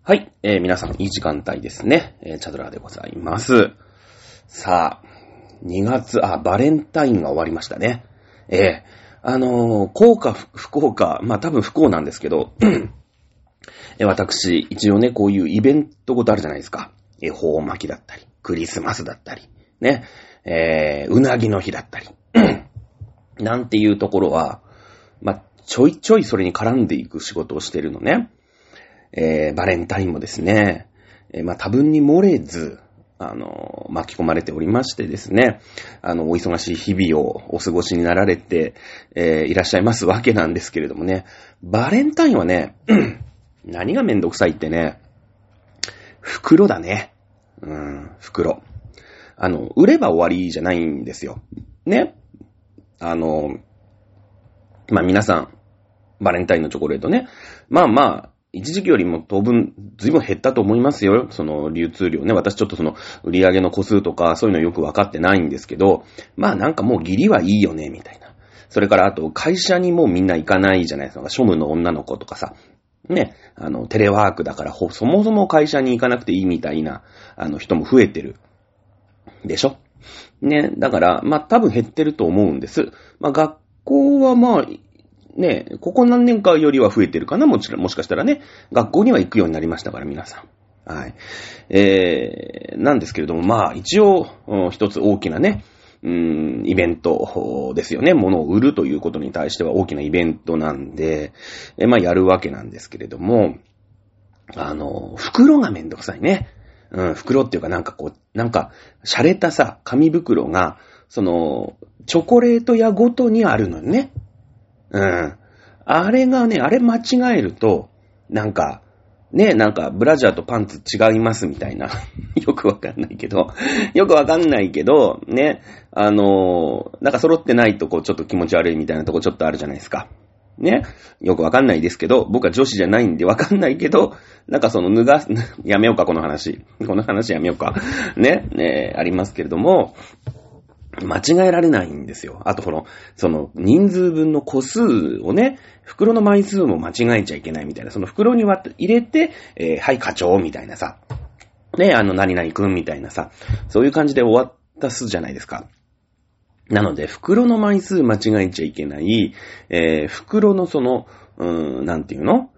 はい、皆さんいい時間帯ですね。チャドラーでございます。さあ、2月、バレンタインが終わりましたね。幸か不幸か、多分不幸なんですけど、私、一応ね、こういうイベントごとあるじゃないですか。恵方巻きだったり、クリスマスだったり、ね、うなぎの日だったり、なんていうところは、ちょいちょいそれに絡んでいく仕事をしてるのね。バレンタインもですね、多分に漏れず、巻き込まれておりましてですね、お忙しい日々をお過ごしになられて、いらっしゃいますわけなんですけれどもね、バレンタインはね、何がめんどくさいってね、袋だね。袋。売れば終わりじゃないんですよ。ね。皆さん、バレンタインのチョコレートね。一時期よりも当分、ずいぶん減ったと思いますよ。その流通量ね。私ちょっとその売り上げの個数とかそういうのよくわかってないんですけど、なんかもう義理はいいよね、みたいな。それからあと会社にもうみんな行かないじゃないですか。庶務の女の子とかさ。ね。テレワークだからそもそも会社に行かなくていいみたいな、人も増えてる。でしょ？ね。だから、多分減ってると思うんです。学校はね、ここ何年かよりは増えてるかな、もしかしたらね、学校には行くようになりましたから、皆さん。はい。なんですけれども、一応、一つ大きなね、イベントですよね。物を売るということに対しては大きなイベントなんで、やるわけなんですけれども、袋がめんどくさいね。袋っていうか洒落たさ、紙袋が、チョコレート屋ごとにあるのよね。あれがね、あれ間違えると、ブラジャーとパンツ違いますみたいな。よくわかんないけど、ね、揃ってないとちょっと気持ち悪いみたいなとこちょっとあるじゃないですか。ね。よくわかんないですけど、僕は女子じゃないんでわかんないけど、やめようか、この話やめようか。ね、ありますけれども、間違えられないんですよ。あと人数分の個数をね、袋の枚数も間違えちゃいけないみたいな、その袋に入れて、はい、課長みたいなさ、ね、何々くんみたいなさ、そういう感じで終わったすじゃないですか。なので、袋の枚数間違えちゃいけない、袋のなんていうの？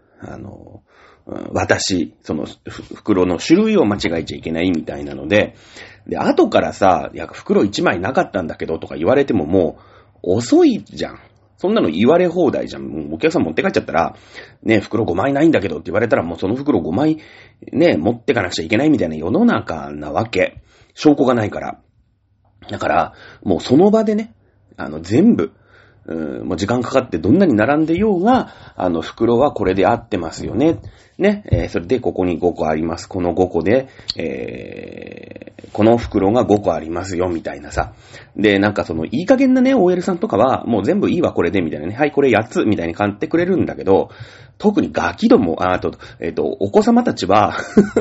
袋の種類を間違えちゃいけないみたいなので、後からさ、袋1枚なかったんだけどとか言われてももう遅いじゃん。そんなの言われ放題じゃん。もうお客さん持って帰っちゃったら、ね、袋5枚ないんだけどって言われたらもうその袋5枚ね、持ってかなくちゃいけないみたいな世の中なわけ。証拠がないから。だから、もうその場でね、全部、もう時間かかってどんなに並んでようが、袋はこれで合ってますよね。ね、それでここに5個あります。この5個で、この袋が5個ありますよ、みたいなさ。で、いい加減なね、OL さんとかは、もう全部いいわ、これで、みたいなね。はい、これ8つ、みたいに買ってくれるんだけど、特にガキども、お子様たちは、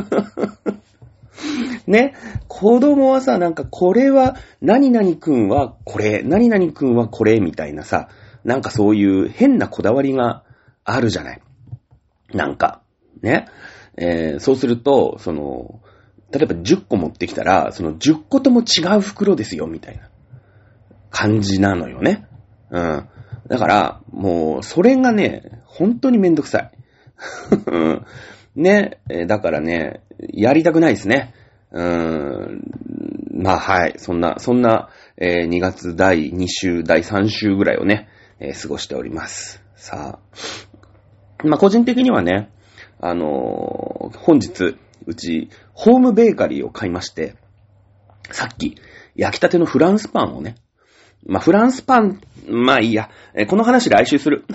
ね、子供はさ、これは、何々くんはこれ、何々くんはこれ、みたいなさ、そういう変なこだわりがあるじゃない。ね。そうすると、例えば10個持ってきたら、その10個とも違う袋ですよ、みたいな感じなのよね。だから、もう、それがね、本当にめんどくさい。ね。だからね、やりたくないですね。はい。そんな、2月第2週、第3週ぐらいをね、過ごしております。さあ。個人的にはね、本日、うち、ホームベーカリーを買いまして、さっき、焼きたてのフランスパンをね、フランスパン、いいや、この話来週する。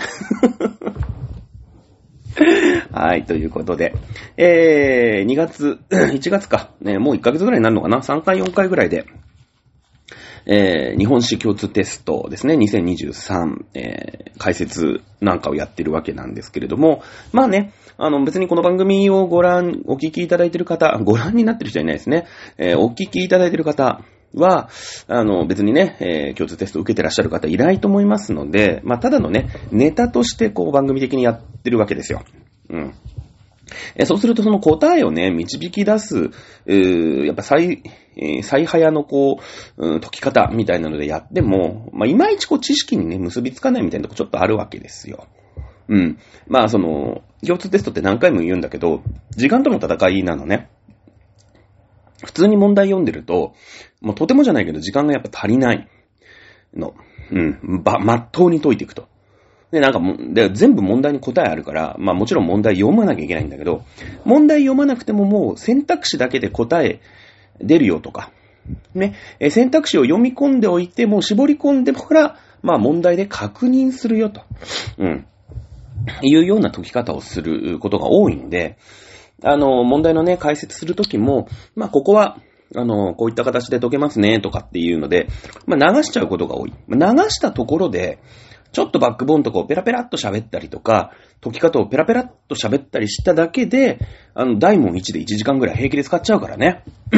はい、ということで、1月か、ね、もう1ヶ月ぐらいになるのかな ?3 回、4回ぐらいで、日本史共通テストですね、2023、解説なんかをやってるわけなんですけれども、別にこの番組をお聞きいただいている方、ご覧になってる人はいないですね。お聞きいただいている方は、別にね、共通テストを受けてらっしゃる方いないと思いますので、ただのね、ネタとして番組的にやってるわけですよ。 そうするとその答えをね、導き出す、やっぱ最早の解き方みたいなのでやっても、まあ、いまいち知識にね、結びつかないみたいなとこちょっとあるわけですよ。うん。まあ、共通テストって何回も言うんだけど、時間との戦いなのね。普通に問題読んでると、もうとてもじゃないけど時間がやっぱ足りないの。うん。まっとうに解いていくと。で、で全部問題に答えあるから、まあもちろん問題読まなきゃいけないんだけど、問題読まなくてももう選択肢だけで答え出るよとか、ね、選択肢を読み込んでおいて、もう絞り込んでから、まあ問題で確認するよと。うん。いうような解き方をすることが多いんで、問題のね、解説するときも、まあ、ここは、こういった形で解けますね、とかっていうので、まあ、流しちゃうことが多い。流したところで、ちょっとバックボーンとかをペラペラっと喋ったりとか、解き方をペラペラっと喋ったりしただけで、大問1で1時間ぐらい平気で使っちゃうからね。うん。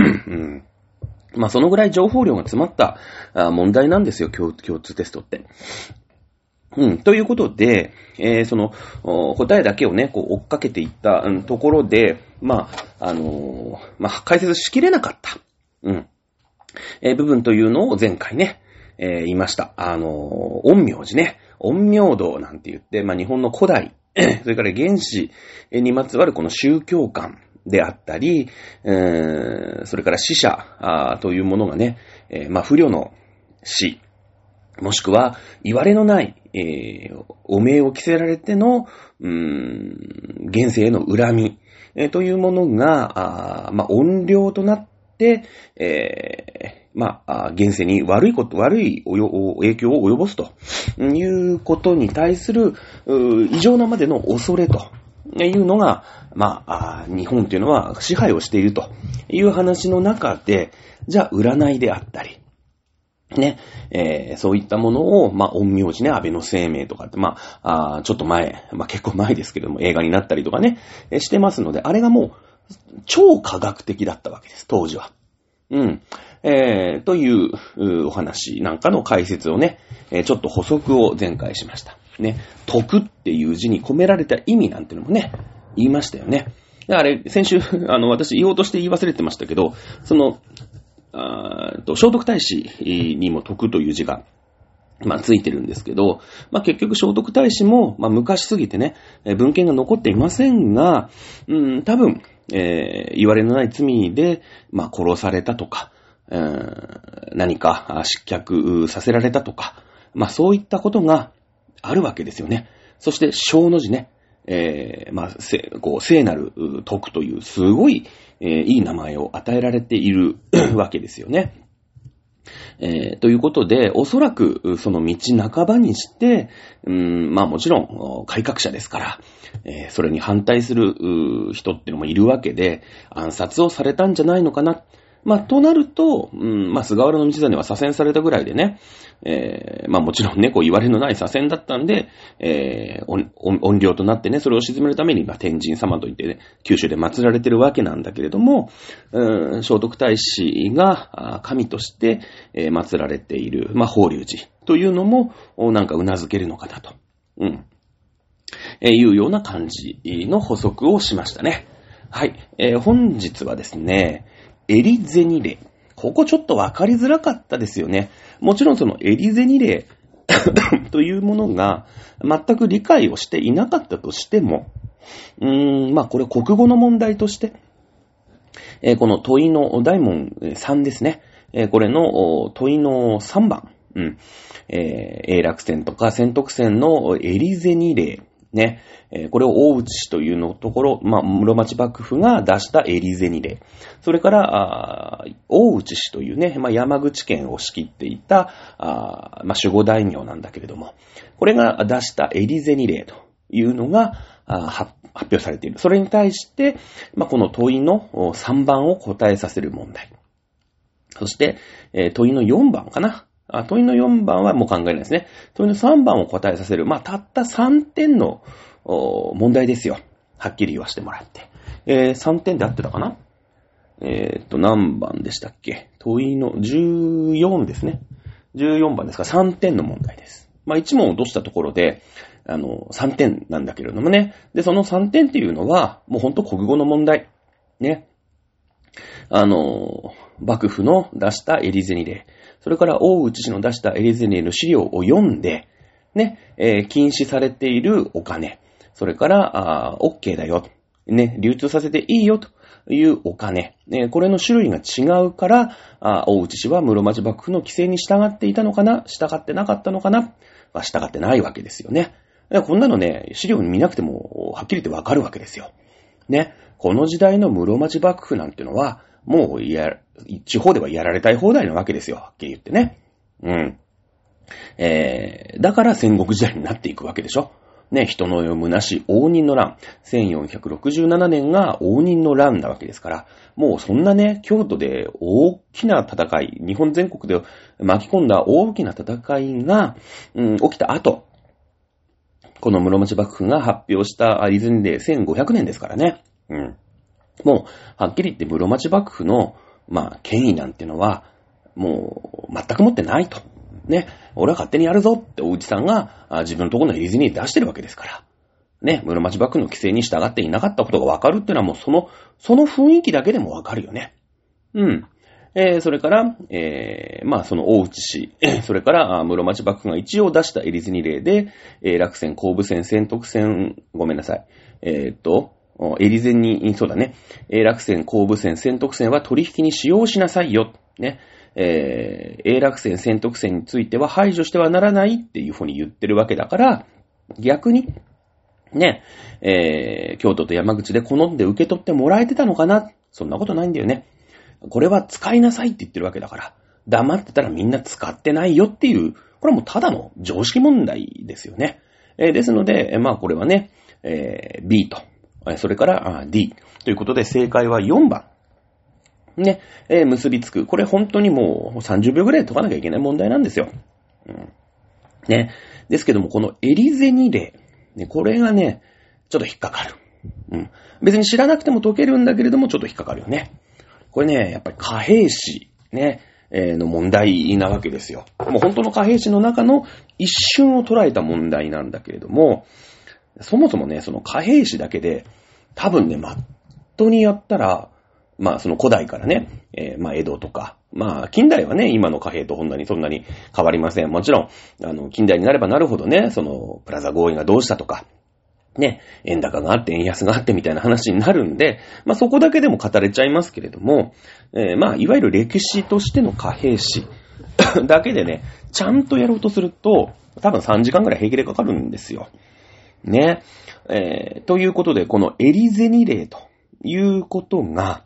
まあ、そのぐらい情報量が詰まった問題なんですよ、共通テストって。うん。ということで、答えだけをね、追っかけていったところで、まあ、解説しきれなかった。うん。部分というのを前回ね、言いました。陰陽師ね。陰陽道なんて言って、まあ、日本の古代、それから原始にまつわるこの宗教観であったり、それから死者というものがね、まあ、不慮の死、もしくは、言われのない、汚名を着せられての、現世への恨み、というものが、まあ、怨霊となって、まあ、現世に悪い影響を及ぼすということに対する、異常なまでの恐れというのが、まあ、日本というのは支配をしているという話の中で、じゃあ、占いであったり、ね、そういったものを、まあ、陰陽師ね、安倍の生命とかって、まあ、ちょっと前、まあ、結構前ですけれども、映画になったりとかね、してますので、あれがもう、超科学的だったわけです、当時は。うん。というお話なんかの解説をね、ちょっと補足を前回しました。ね、解くっていう字に込められた意味なんてのもね、言いましたよね。あれ、先週、私言おうとして言い忘れてましたけど、聖徳太子にも解くという字が、まあ、ついてるんですけど、まあ、結局聖徳太子も、まあ、昔すぎてね、文献が残っていませんが、多分、言われのない罪で、まあ、殺されたとか、何か失脚させられたとか、まあ、そういったことがあるわけですよね。そして、聖の字ね、まあ、聖なる徳というすごい、いい名前を与えられているわけですよね。ということで、おそらくその道半ばにして、まあもちろん改革者ですから、それに反対する人っていうのもいるわけで、暗殺をされたんじゃないのかな。まあとなると、まあ菅原道真は左遷されたぐらいでね、まあもちろんね、言われのない左遷だったんで、怨霊となってね、それを鎮めるために、まあ天神様といってね、九州で祀られてるわけなんだけれども、聖徳太子が神として、祀られている、まあ法隆寺というのも、なんか頷けるのかなと、いうような感じの補足をしましたね。はい。本日はですね、エリゼニ例。ここちょっとわかりづらかったですよね。もちろんそのエリゼニ例というものが全く理解をしていなかったとしても、まあこれ国語の問題として、この問いの大問3ですね。これの問いの3番。永楽戦とか仙徳戦のエリゼニ例。ね。これを大内氏というのところ、まあ、室町幕府が出したエリゼニ例。それから、大内氏というね、まあ、山口県を仕切っていた、まあ、守護大名なんだけれども、これが出したエリゼニ例というのが発表されている。それに対して、まあ、この問いの3番を答えさせる問題。そして、問いの4番かな。問いの4番はもう考えないですね。問いの3番を答えさせる。まあ、たった3点の問題ですよ。はっきり言わせてもらって。3点で合ってたかな？何番でしたっけ？問いの14ですね。14番ですから3点の問題です。 まあ1問落としたところで、3点なんだけれどもね。で、その3点っていうのは、もうほんと国語の問題。ね。幕府の出したエリゼニ例、それから大内氏の出したエリゼニ例の資料を読んで、ね、禁止されているお金、それから、OK だよ、ね、流通させていいよというお金、これの種類が違うから、大内氏は室町幕府の規制に従っていたのかな、従ってなかったのかな、従ってないわけですよね。だからこんなのね、資料に見なくても、はっきり言ってわかるわけですよ。ね、この時代の室町幕府なんてのは、もう地方ではやられたい放題なわけですよ。はっきり言ってね。うん。だから戦国時代になっていくわけでしょ。ね、人の読むなし応仁の乱。1467年が応仁の乱なわけですから、もうそんなね、京都で大きな戦い、日本全国で巻き込んだ大きな戦いが、起きた後、この室町幕府が発表したエリゼニ例1500年ですからね。うん。もう、はっきり言って室町幕府の、権威なんてのは、もう、全く持ってないと。ね。俺は勝手にやるぞってお内さんが、自分のところのエリゼニ例出してるわけですから。ね。室町幕府の規制に従っていなかったことがわかるっていうのはもうその雰囲気だけでもわかるよね。うん。それから、その大内氏、それから、室町幕府が一応出したエリゼニ例で、落選、後部選、選徳選、ごめんなさい。エリゼニ、そうだね。落選、後部選、選徳選は取引に使用しなさいよ。ね。落選、選徳選については排除してはならないっていうふうに言ってるわけだから、逆に、ね、京都と山口で好んで受け取ってもらえてたのかな？そんなことないんだよね。これは使いなさいって言ってるわけだから、黙ってたらみんな使ってないよっていう、これはもうただの常識問題ですよね。ですので、これはね、B と。それから D ということで正解は4番。ね、結びつく。これ本当にもう30秒ぐらい解かなきゃいけない問題なんですよ。ね。ですけども、このエリゼニ例、ね、これがね、ちょっと引っかかる。別に知らなくても解けるんだけれども、ちょっと引っかかるよね。これね、やっぱり貨幣史、ね、の問題なわけですよ。もう本当の貨幣史の中の一瞬を捉えた問題なんだけれども、そもそもね、その貨幣史だけで、多分ね、まっとにやったら、その古代からね、江戸とか、近代はね、今の貨幣とそんなに変わりません。もちろん、近代になればなるほどね、その、プラザ合意がどうしたとか、ね、円高があって円安があってみたいな話になるんで、そこだけでも語れちゃいますけれども、いわゆる歴史としての貨幣史だけでね、ちゃんとやろうとすると、多分3時間ぐらい平気でかかるんですよ。ね。ということで、このエリゼニ例ということが、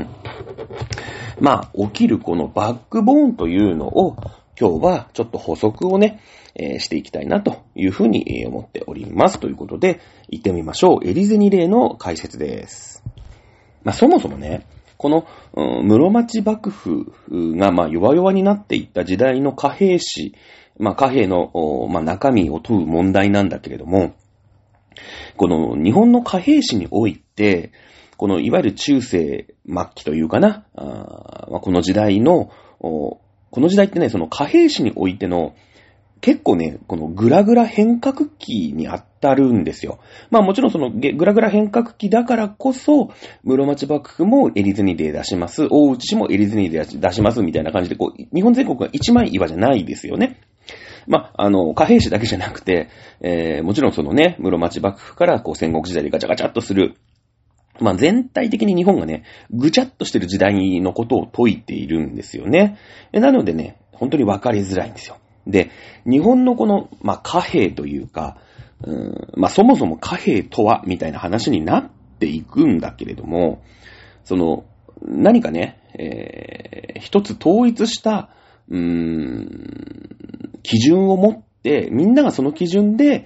起きるこのバックボーンというのを、今日はちょっと補足をね、していきたいなというふうに思っております。ということで、行ってみましょう。エリゼニ例の解説です。そもそもね、この、室町幕府が、弱々になっていった時代の貨幣史、貨幣の、中身を問う問題なんだけれども、この日本の貨幣史において、このいわゆる中世末期というかな、この時代ってね、その貨幣史においての結構ね、このグラグラ変革期に当たるんですよ。もちろんそのグラグラ変革期だからこそ、室町幕府もエリゼニ例出します、大内氏もエリゼニ例出しますみたいな感じで、日本全国が一枚岩じゃないですよね。貨幣史だけじゃなくて、もちろんそのね、室町幕府から戦国時代でガチャガチャっとする、全体的に日本がね、ぐちゃっとしてる時代のことを説いているんですよね。なのでね、本当に分かりづらいんですよ。で、日本のこの、貨幣というか、そもそも貨幣とは、みたいな話になっていくんだけれども、その、何かね、一つ統一した、基準を持って、みんながその基準で、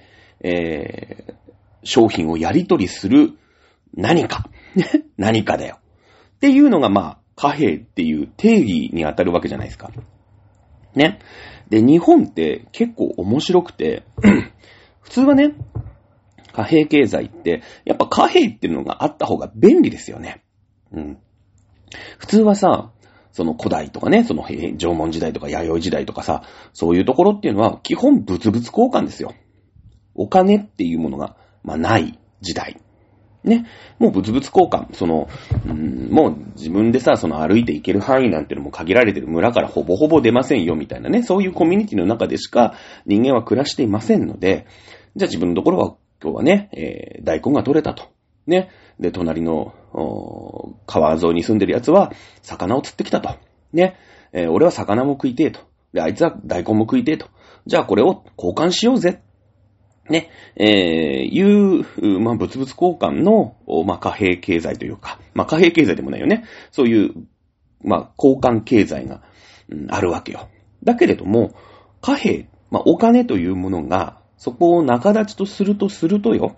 商品をやり取りする何かだよ。っていうのが貨幣っていう定義に当たるわけじゃないですか。ね。で、日本って結構面白くて、普通はね、貨幣経済って、やっぱ貨幣っていうのがあった方が便利ですよね。普通はさ、 その古代とかね、その縄文時代とか弥生時代とかさ、そういうところっていうのは基本物々交換ですよ。お金っていうものが、ない時代。ね。もう物々交換。もう自分でさ、歩いていける範囲なんていうのも限られてる村からほぼほぼ出ませんよ、みたいなね。そういうコミュニティの中でしか人間は暮らしていませんので、じゃあ自分のところは今日はね、大根が取れたと。ね。で、隣の、川沿いに住んでるやつは、魚を釣ってきたと。ね。俺は魚も食いてえと。で、あいつは大根も食いてえと。じゃあこれを交換しようぜ。ね。物々交換の、貨幣経済というか、貨幣経済でもないよね。そういう、交換経済が、あるわけよ。だけれども、貨幣、お金というものが、そこを仲立ちとするとよ。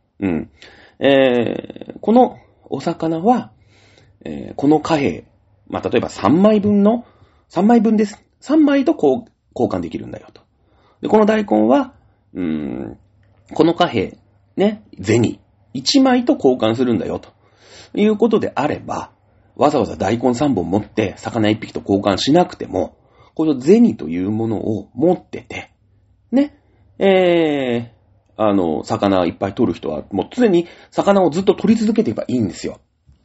このお魚は、この貨幣、例えば3枚分です。3枚と交換できるんだよと。で、この大根は、この貨幣、ね、銭、1枚と交換するんだよということであれば、わざわざ大根3本持って魚1匹と交換しなくても、この銭というものを持ってて、ね、魚いっぱい取る人は、もう常に魚をずっと取り続けていけばいいんですよ。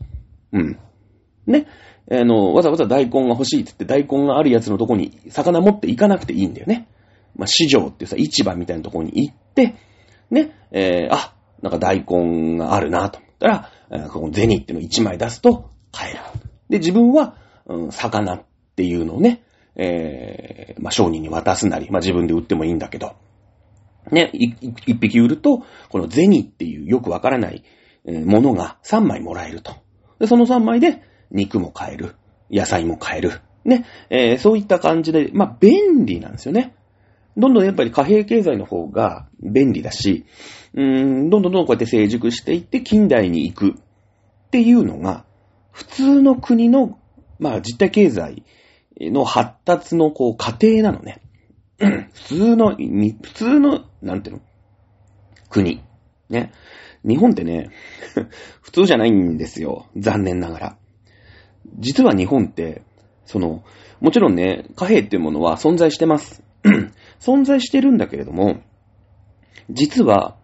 ね。わざわざ大根が欲しいって言って大根があるやつのとこに魚持っていかなくていいんだよね。市場っていうさ、市場みたいなところに行って、ね、なんか大根があるなと思ったら、この銭っていうのを1枚出すと買える。で、自分は、魚っていうのをね、商人に渡すなり、自分で売ってもいいんだけど、ね、一匹売ると、この銭っていうよくわからないものが3枚もらえると。で、その3枚で肉も買える。野菜も買える。ね、そういった感じで、便利なんですよね。どんどんやっぱり貨幣経済の方が便利だし、どんどんこうやって成熟していって近代に行くっていうのが、普通の国の、実体経済の発達の過程なのね。普通の、なんていうの国。ね。日本ってね、普通じゃないんですよ。残念ながら。実は日本って、もちろんね、貨幣っていうものは存在してます。存在してるんだけれども、実は、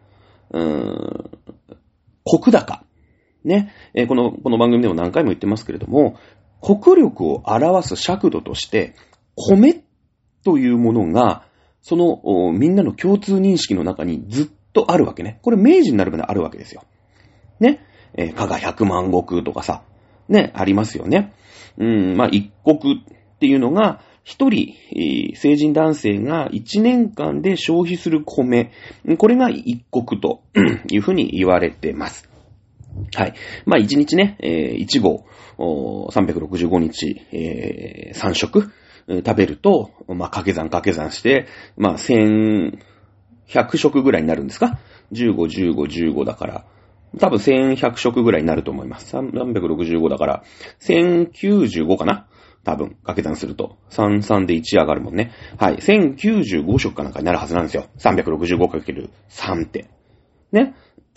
国高。ね。この番組でも何回も言ってますけれども、国力を表す尺度として、米というものが、みんなの共通認識の中にずっとあるわけね。これ明治になるまであるわけですよ。ね。加賀百万石とかさ、ね、ありますよね。一国っていうのが、一人、成人男性が1年間で消費する米、これが一国というふうに言われてます。はい。1日ね、1合、365日、3食、食べると、掛け算して、1100食ぐらいになるんですか ?15、15、15だから、多分1100食ぐらいになると思います。365だから、1095かな多分、掛け算すると。33で1上がるもんね。はい。1095食かなんかになるはずなんですよ。365×3 って。ね。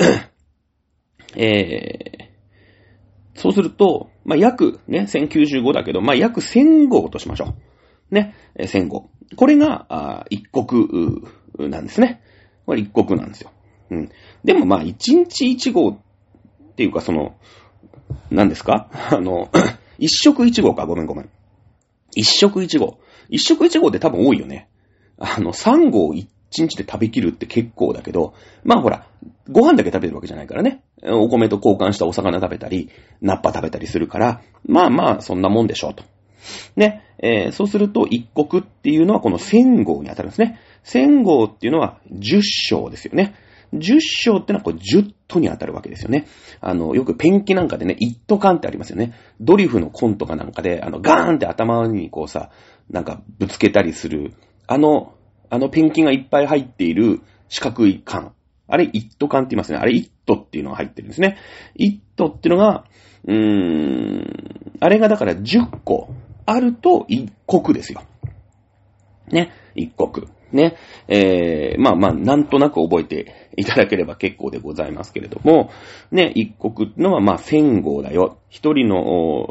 そうすると、約ね、1095だけど、約1000合としましょう。ね。1000合。これが、一国なんですね。これ一国なんですよ。でも1日1合っていうか何ですか一食一合か、ごめん。一食一合。一食一合って多分多いよね。3合一日で食べきるって結構だけど、ほら、ご飯だけ食べるわけじゃないからね。お米と交換したお魚食べたり、ナッパ食べたりするから、そんなもんでしょうと。ね。そうすると、一国っていうのはこの1000合に当たるんですね。1000合っていうのは10升ですよね。10升ってのはこれ10トに当たるわけですよね。よくペンキなんかでね、一斗缶ってありますよね。ドリフのコンとかなんかで、ガーンって頭になんかぶつけたりする、ペンキがいっぱい入っている四角い缶。あれ一斗缶って言いますね。あれ一斗っていうのが入ってるんですね。一斗っていうのが、あれがだから10個あると一国ですよ。ね。一国。ね。なんとなく覚えていただければ結構でございますけれども、ね、一国のは1000合だよ。一人の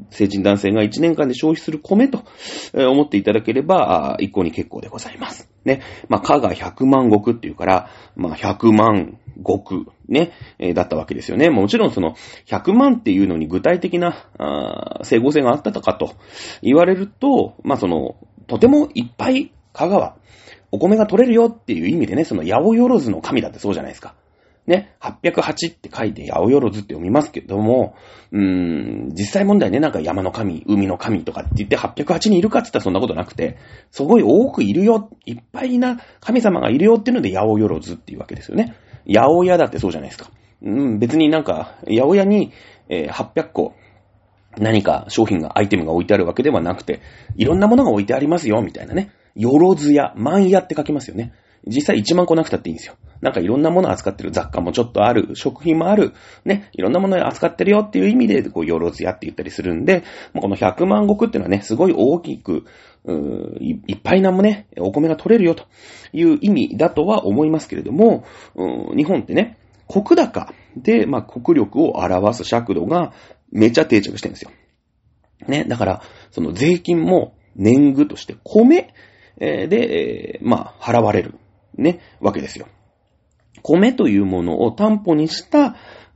成人男性が1年間で消費する米と思っていただければ、一向に結構でございます。ね。加が100万石っていうから、100万石、ね、だったわけですよね。もちろんその、100万っていうのに具体的な、整合性があったかと言われると、とてもいっぱい香川、お米が取れるよっていう意味でね、その、八百万の神だってそうじゃないですか。ね、808って書いて八百万って読みますけども、実際問題ね、なんか山の神、海の神とかって言って808人いるかって言ったらそんなことなくて、すごい多くいるよ、いっぱいな神様がいるよっていうので八百万っていうわけですよね。八百屋だってそうじゃないですか。別になんか、八百屋に、800個、何か商品が、アイテムが置いてあるわけではなくて、いろんなものが置いてありますよ、みたいなね。よろず屋、万屋って書きますよね。実際1万個なくたっていいんですよ。なんかいろんなものを扱ってる、雑貨もちょっとある、食品もある、ね、いろんなものを扱ってるよっていう意味で、よろず屋って言ったりするんで、この100万石っていうのはね、すごい大きく、いっぱいなもね、お米が取れるよという意味だとは思いますけれども、日本ってね、石高で、国力を表す尺度がめっちゃ定着してるんですよ。ね、だから、その税金も年貢として米で、払われる、ね、わけですよ。米というものを担保にした、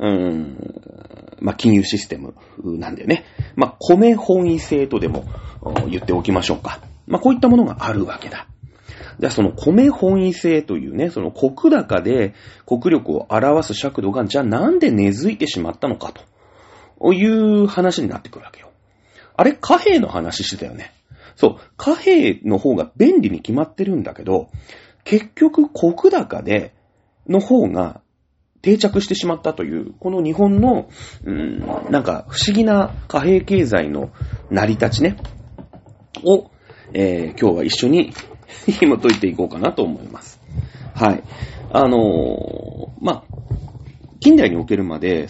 金融システムなんだよね。米本位制とでも言っておきましょうか。こういったものがあるわけだ。じゃあその米本位制というね、その石高で国力を表す尺度が、じゃあなんで根付いてしまったのかという話になってくるわけよ。あれ、貨幣の話してたよね。そう、貨幣の方が便利に決まってるんだけど、結局石高での方が定着してしまったという、この日本の、なんか不思議な貨幣経済の成り立ちね、を、今日は一緒に紐解いていこうかなと思います。はい。近代におけるまで、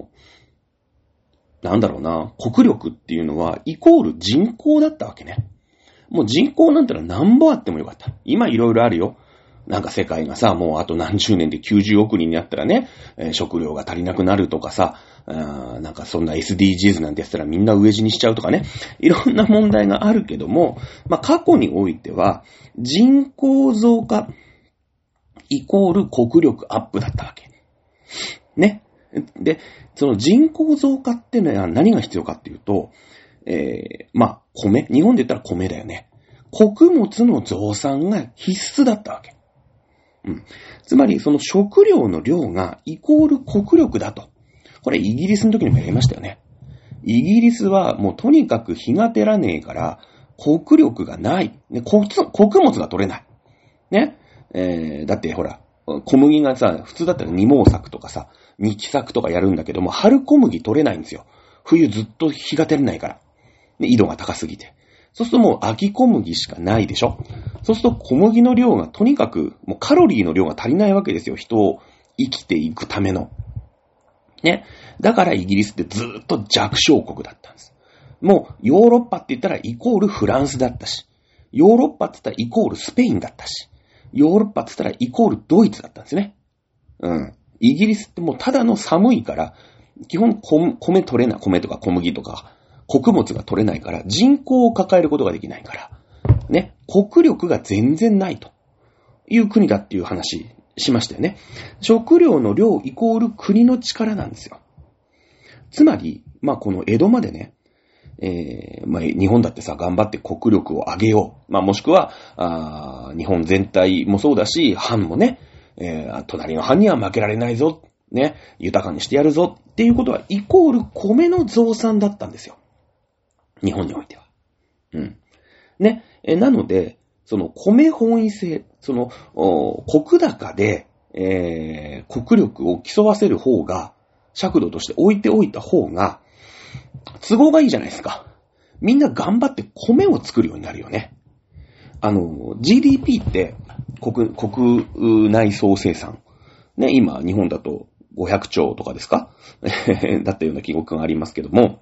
国力っていうのはイコール人口だったわけね。もう人口なんてのは何ぼあってもよかった。今いろいろあるよ。なんか世界がさ、もうあと何十年で90億人になったらね、食料が足りなくなるとかさ、なんかそんな SDGs なんてやったらみんな飢え死にしちゃうとかね、いろんな問題があるけども、過去においては人口増加イコール国力アップだったわけ。ね。で、その人口増加ってのは何が必要かっていうと、米。日本で言ったら米だよね。穀物の増産が必須だったわけ。つまり、その食料の量がイコール国力だと。これイギリスの時にもやりましたよね。イギリスはもうとにかく日が照らねえから、国力がない。ね、穀物が取れない。ね。だってほら、小麦がさ、普通だったら二毛作とかさ、二期作とかやるんだけども、春小麦取れないんですよ。冬ずっと日が照れないから。で、緯度が高すぎて。そうするともう秋小麦しかないでしょ。そうすると小麦の量がとにかく、もうカロリーの量が足りないわけですよ。人を生きていくための。ね。だからイギリスってずっと弱小国だったんです。もうヨーロッパって言ったらイコールフランスだったし、ヨーロッパって言ったらイコールスペインだったし、ヨーロッパって言ったらイコールドイツだったんですね。イギリスってもうただの寒いから、基本米取れない、米とか小麦とか、穀物が取れないから、人口を抱えることができないから、ね、国力が全然ないという国だっていう話しましたよね。食料の量イコール国の力なんですよ。つまり、この江戸までね、日本だってさ、頑張って国力を上げよう。もしくは、日本全体もそうだし、藩もね、隣の藩には負けられないぞ。ね、豊かにしてやるぞっていうことは、イコール米の増産だったんですよ。日本においては。ね。なので、その米本位制、その、石高で、国力を競わせる方が、尺度として置いておいた方が、都合がいいじゃないですか。みんな頑張って米を作るようになるよね。GDP って、国内総生産。ね、今、日本だと500兆とかですかだったような記憶がありますけども、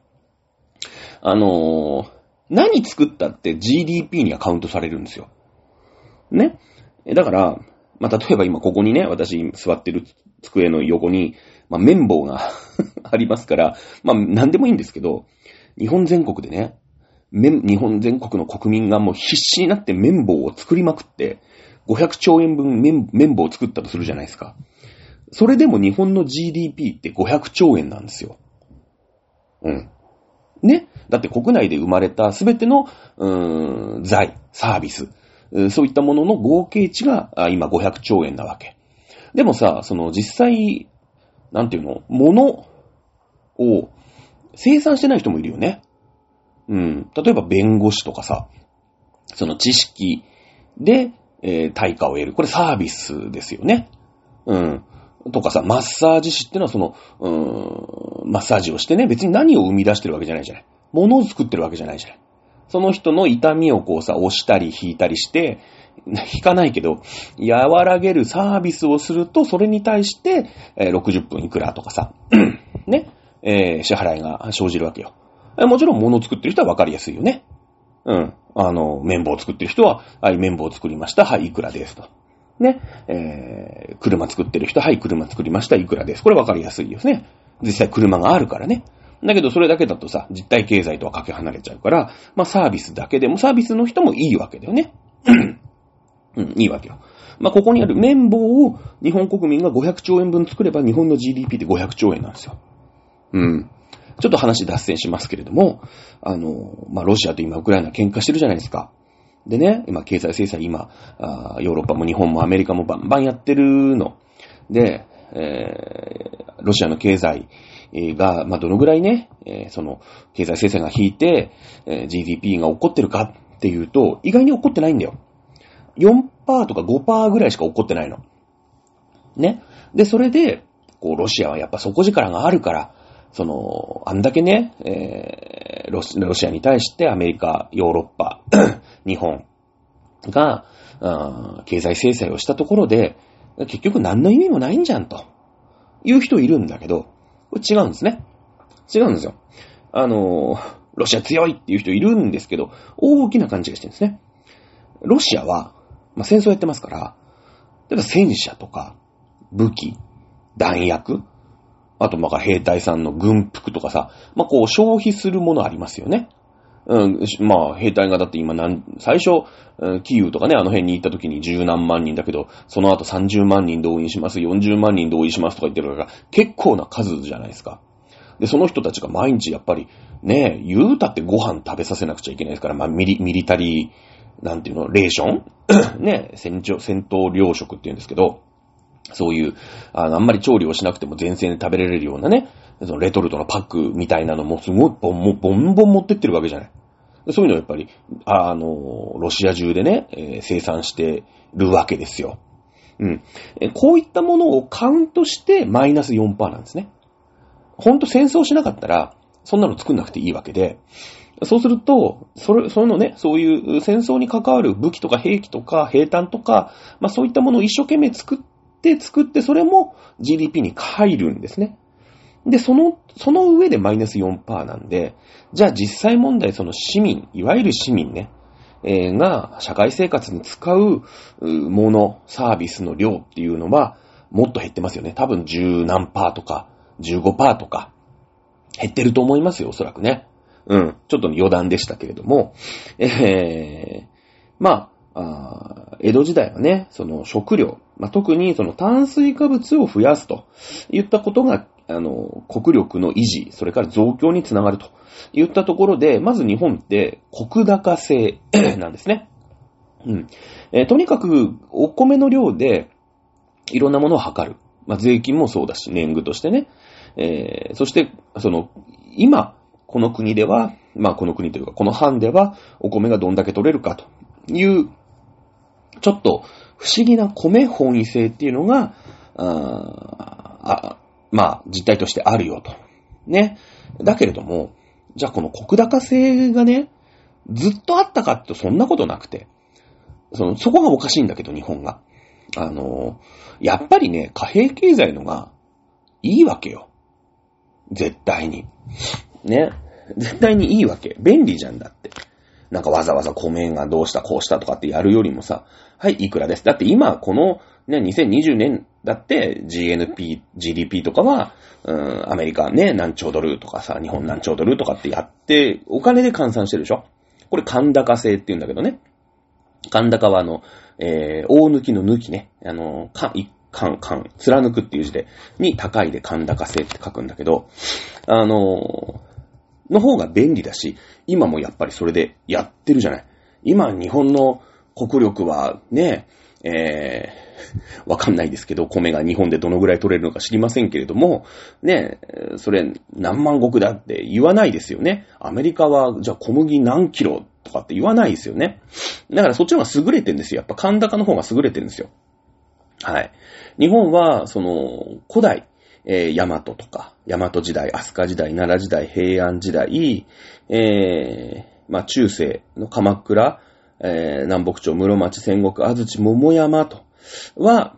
何作ったって GDP にはカウントされるんですよ。ね。だから、例えば今ここにね、私座ってる机の横に、綿棒がありますから、何でもいいんですけど、 日本全国でね、日本全国の国民がもう必死になって綿棒を作りまくって、500兆円分綿棒を作ったとするじゃないですか。それでも日本の GDP って500兆円なんですよ。ね。だって国内で生まれたすべての、財、サービス、そういったものの合計値が今500兆円なわけ。でもさ、実際、なんていうの、物を生産してない人もいるよね。例えば弁護士とかさ、その知識で、対価を得る。これサービスですよね。とかさ、マッサージ師ってのはマッサージをしてね、別に何を生み出してるわけじゃないじゃない。物を作ってるわけじゃないじゃない。その人の痛みをこうさ、押したり引いたりして、引かないけど、和らげるサービスをすると、それに対して、60分いくらとかさ、ね、支払いが生じるわけよ。もちろん物を作ってる人は分かりやすいよね。綿棒を作ってる人は、はい、綿棒を作りました。はい、いくらですと。ね、車作ってる人は、はい、車作りました。いくらです。これ分かりやすいですね。実際車があるからね。だけどそれだけだとさ、実体経済とはかけ離れちゃうから、まあサービスだけでも、サービスの人もいいわけだよね。いいわけよ。まあここにある綿棒を日本国民が500兆円分作れば日本の GDP って500兆円なんですよ。ちょっと話脱線しますけれども、まあロシアと今ウクライナ喧嘩してるじゃないですか。でね、今経済制裁ヨーロッパも日本もアメリカもバンバンやってるの。で、ロシアの経済が、まあ、どのぐらいね、その経済制裁が引いて、GDP が起こってるかっていうと、意外に起こってないんだよ。4% とか 5% ぐらいしか起こってないの。ね。で、それで、こう、ロシアはやっぱ底力があるから、あんだけね、ロシアに対してアメリカ、ヨーロッパ、日本が、経済制裁をしたところで、結局何の意味もないんじゃんという人いるんだけど、これ違うんですね。違うんですよ。ロシア強いっていう人いるんですけど、大きな勘違いしてるんですね。ロシアは、まあ、戦争やってますから、例えば戦車とか、武器、弾薬、あとまあ兵隊さんの軍服とかさ、まあこう消費するものありますよね。まあ兵隊がだって今最初、キーウとかね、あの辺に行った時に10何万人だけど、その後30万人動員します、40万人動員しますとか言ってるから、結構な数じゃないですか。で、その人たちが毎日やっぱり、ね、言うたってご飯食べさせなくちゃいけないですから、まあミリタリー、なんていうの、レーションね、戦闘糧食って言うんですけど、そういう、あんまり調理をしなくても前線で食べられるようなね、そのレトルトのパックみたいなのもすごいボンボン持ってってるわけじゃない。そういうのをやっぱり、ロシア中でね、生産してるわけですよ。こういったものをカウントしてマイナス 4% なんですね。ほんと戦争しなかったら、そんなの作んなくていいわけで、そうすると、そういう戦争に関わる武器とか兵器とか兵隊とか、まあそういったものを一生懸命作って、それも GDP に入るんですね。で、その上でマイナス 4% なんで、じゃあ実際問題その市民、いわゆる市民ね、が社会生活に使うもの、サービスの量っていうのはもっと減ってますよね。多分10何%とか 15% とか減ってると思いますよ、おそらくね。ちょっと余談でしたけれども、まあ、江戸時代はね、その食料、まあ、特にその炭水化物を増やすといったことが、国力の維持、それから増強につながるといったところで、まず日本って石高制なんですね。とにかくお米の量でいろんなものを測る。まあ、税金もそうだし、年貢としてね。そして、今、この国では、まあこの国というかこの藩ではお米がどんだけ取れるかという、ちょっと不思議な米本位制っていうのが、まあ実態としてあるよと。ね。だけれども、じゃあこの石高制がね、ずっとあったかってそんなことなくて、そこがおかしいんだけど日本が。やっぱりね、貨幣経済のがいいわけよ。絶対に。ね。絶対にいいわけ。便利じゃんだって。なんかわざわざ米がどうしたこうしたとかってやるよりもさ、はい、いくらです。だって今このね、2020年だって GDP とかは、アメリカね、何兆ドルとかさ、日本何兆ドルとかってやって、お金で換算してるでしょ。これ、残高制って言うんだけどね。残高は大抜きの抜きね。貫くっていう字で、に高いで残高制って書くんだけど、の方が便利だし、今もやっぱりそれでやってるじゃない。今、日本の国力はね、わかんないですけど、米が日本でどのぐらい取れるのか知りませんけれども、ね、それ何万石だって言わないですよね。アメリカは、じゃあ小麦何キロとかって言わないですよね。だからそっちの方が優れてるんですよ。やっぱ残高の方が優れてるんですよ。はい。日本は、古代、大和とか、大和時代、飛鳥時代、奈良時代、平安時代、中世の鎌倉、南北朝、室町、戦国、安土、桃山とは、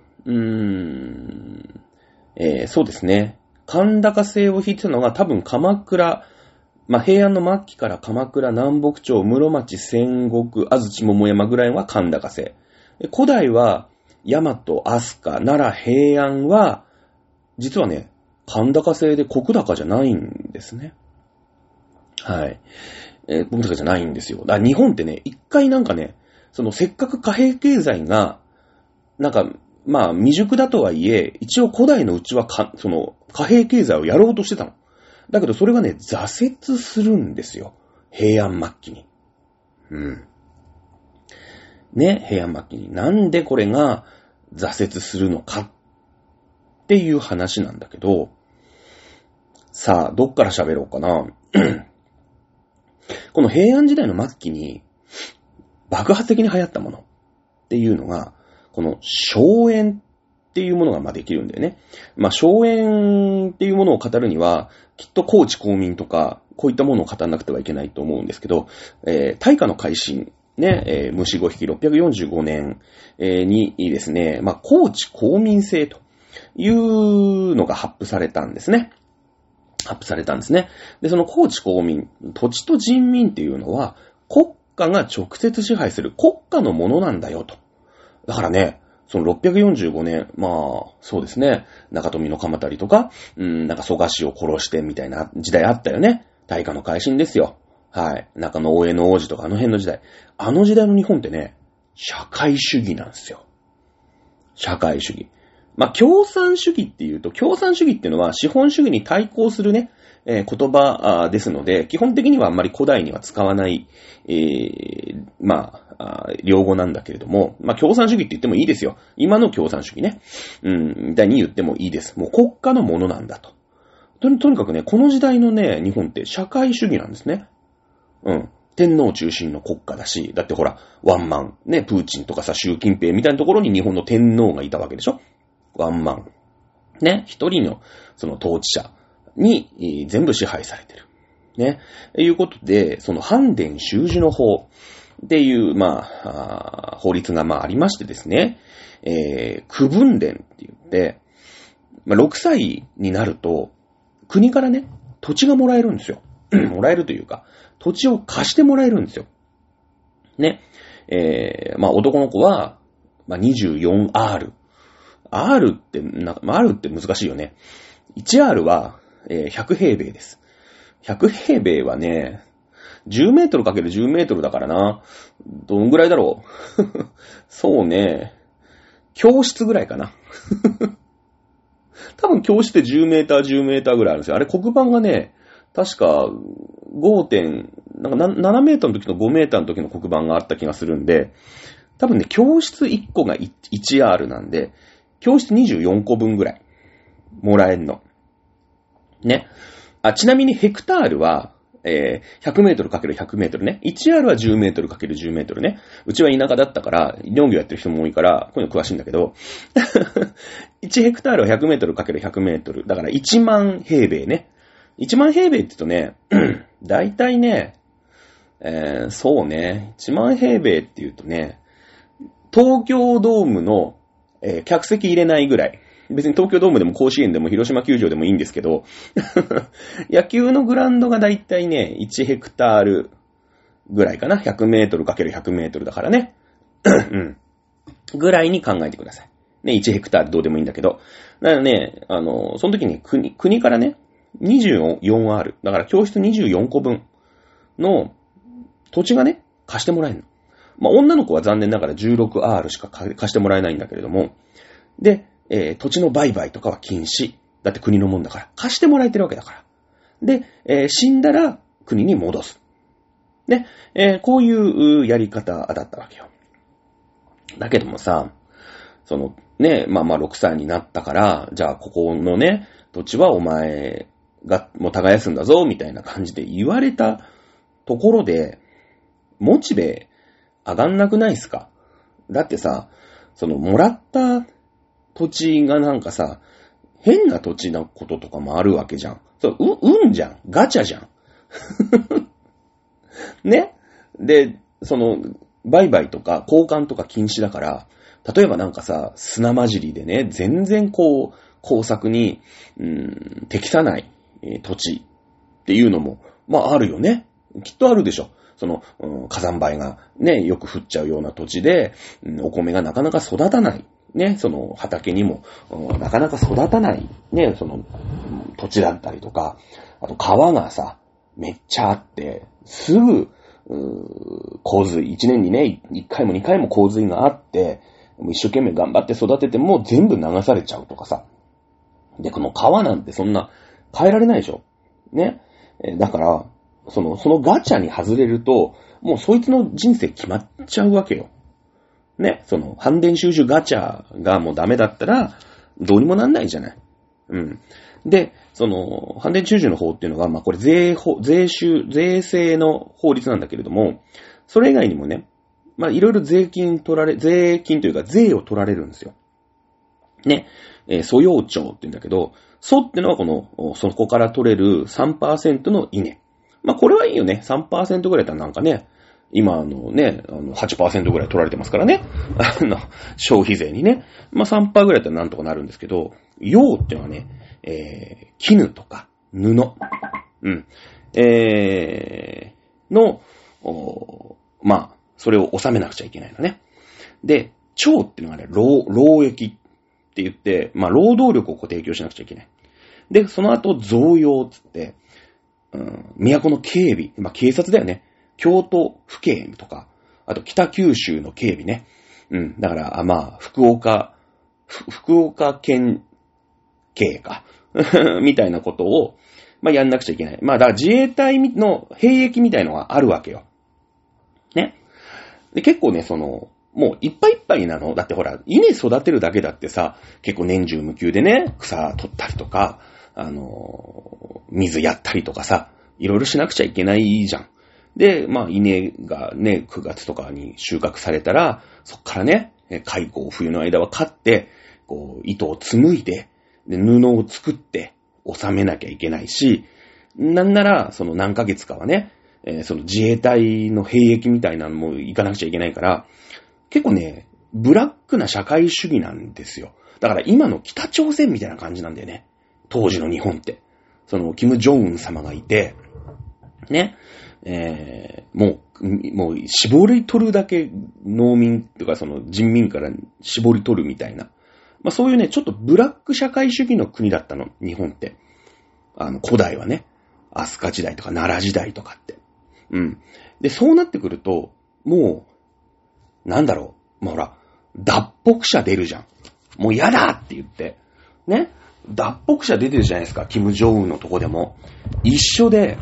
そうですね。残高制を引いてたのが多分鎌倉、平安の末期から鎌倉、南北朝、室町、戦国、安土、桃山ぐらいは残高制。古代は、大和、飛鳥、奈良、平安は、実はね、残高制で石高じゃないんですね。はい。石高じゃないんですよ。だから日本ってね、一回なんかね、せっかく貨幣経済が、なんか、未熟だとはいえ、一応古代のうちは貨幣経済をやろうとしてたの。だけどそれがね、挫折するんですよ。平安末期に。ね、平安末期に。なんでこれが挫折するのかっていう話なんだけど、さあ、どっから喋ろうかな。この平安時代の末期に爆発的に流行ったものっていうのが、この荘園っていうものができるんだよね。荘園っていうものを語るには、きっと高知公民とか、こういったものを語らなくてはいけないと思うんですけど、大化の改新、ね、虫子引き645年にですね、高知公民制というのが発布されたんですね。で、その高知公民、土地と人民っていうのは、国家が直接支配する国家のものなんだよと。だからね、その645年、そうですね、中富の鎌足とか、なんか蘇我氏を殺してみたいな時代あったよね。大化の改新ですよ。はい。中野大江の王子とかあの辺の時代。あの時代の日本ってね、社会主義なんですよ。社会主義。共産主義っていうと、共産主義っていうのは資本主義に対抗するね、言葉ですので、基本的にはあんまり古代には使わない、用語なんだけれども、共産主義って言ってもいいですよ。今の共産主義ね。みたいに言ってもいいです。もう国家のものなんだと。とにかくね、この時代のね、日本って社会主義なんですね。天皇中心の国家だし、だってほら、ワンマン、ね、プーチンとかさ、習近平みたいなところに日本の天皇がいたわけでしょ。ワンマン。ね、一人の、統治者に、全部支配されてる。ね。いうことで、反伝習字の法っていう、法律がありましてですね、区分伝って言って、6歳になると、国からね、土地がもらえるんですよ。もらえるというか、土地を貸してもらえるんですよ。ね。男の子は、24R。R って難しいよね。1R は、100平米です。100平米はね、10メートル ×10 メートルだからな。どんぐらいだろう。そうね。教室ぐらいかな。多分教室って10メーター、10メーターぐらいあるんですよ。あれ黒板がね、確か7メーターの時と5メーターの時の黒板があった気がするんで、多分ね、教室1個が 1R なんで、教室24個分ぐらいもらえんの。ね。ちなみにヘクタールは、100メートル ×100 メートルね。1R は10メートル ×10 メートルね。うちは田舎だったから、農業やってる人も多いから、こういうの詳しいんだけど、1ヘクタールは100メートル ×100 メートル。だから1万平米ね。1万平米って言うとね、だいたいね、そうね、1万平米って言うとね、東京ドームの、客席入れないぐらい。別に東京ドームでも甲子園でも広島球場でもいいんですけど、野球のグラウンドがだいたいね、1ヘクタールぐらいかな。100メートル ×100 メートルだからね。ぐらいに考えてください。 ね、1ヘクタールどうでもいいんだけど。だからね、その時に国からね、24R、だから教室24個分の土地がね、貸してもらえるの。まあ、女の子は残念ながら 16R しか貸してもらえないんだけれども、で、土地の売買とかは禁止。だって国のもんだから。貸してもらえてるわけだから。で、死んだら国に戻す。ね、こういうやり方だったわけよ。だけどもさ、そのね、まあ6歳になったから、じゃあここのね、土地はお前がもう耕すんだぞ、みたいな感じで言われたところで、モチベ上がんなくないっすか？だってさ、もらった土地がなんかさ、変な土地のこととかもあるわけじゃん。運じゃん。ガチャじゃん。ね？で、売買とか交換とか禁止だから、例えばなんかさ、砂混じりでね、全然工作に、適さない、土地っていうのも、まああるよね。きっとあるでしょ。火山灰がね、よく降っちゃうような土地で、お米がなかなか育たない。ね、畑にも、なかなか育たない。ね、土地だったりとか、あと川がさ、めっちゃあって、すぐ、洪水、1年にね、1回も2回も洪水があって、一生懸命頑張って育てても全部流されちゃうとかさ。で、この川なんてそんな変えられないでしょ。ね。だから、そのガチャに外れると、もうそいつの人生決まっちゃうわけよ。ね。反電収集ガチャがもうダメだったら、どうにもなんないじゃない。うん。で、反電収集の法っていうのが、まあこれ税制の法律なんだけれども、それ以外にもね、まあいろいろ税金というか税を取られるんですよ。ね。租用徴って言うんだけど、租ってのはそこから取れる 3% の稲。まあこれはいいよね。3% ぐらいだったらなんかね、今8% ぐらい取られてますからね。消費税にね。まあ3%ぐらいだったらなんとかなるんですけど、用っていうのはね、絹とか布。うん。まあ、それを納めなくちゃいけないのね。で、徴っていうのがね、労役って言って、まあ、労働力を提供しなくちゃいけない。で、その後、贈用つって、都の警備、まあ、警察だよね。京都府警とか、あと北九州の警備ね。うん。だから、まあ、福岡県警か。みたいなことを、まあ、やんなくちゃいけない。まあ、だから自衛隊の兵役みたいのがあるわけよ。ね。で、結構ね、もういっぱいいっぱいなの。だってほら、稲育てるだけだってさ、結構年中無休でね、草取ったりとか、水やったりとかさ、いろいろしなくちゃいけないじゃん。で、まあ、稲がね、9月とかに収穫されたら、そっからね、蚕を冬の間は刈って、糸を紡いで、で、布を作って収めなきゃいけないし、なんなら、何ヶ月かはね、自衛隊の兵役みたいなのも行かなくちゃいけないから、結構ね、ブラックな社会主義なんですよ。だから今の北朝鮮みたいな感じなんだよね。当時の日本って。キム・ジョンウン様がいて、ね、もう、絞り取るだけ農民とか人民から絞り取るみたいな。まあそういうね、ちょっとブラック社会主義の国だったの、日本って。古代はね、飛鳥時代とか奈良時代とかって。うん。で、そうなってくると、もう、なんだろう、まあほら、脱北者出るじゃん。もう嫌だって言って。ね。脱北者出てるじゃないですか、キム・ジョンウンのとこでも。一緒で、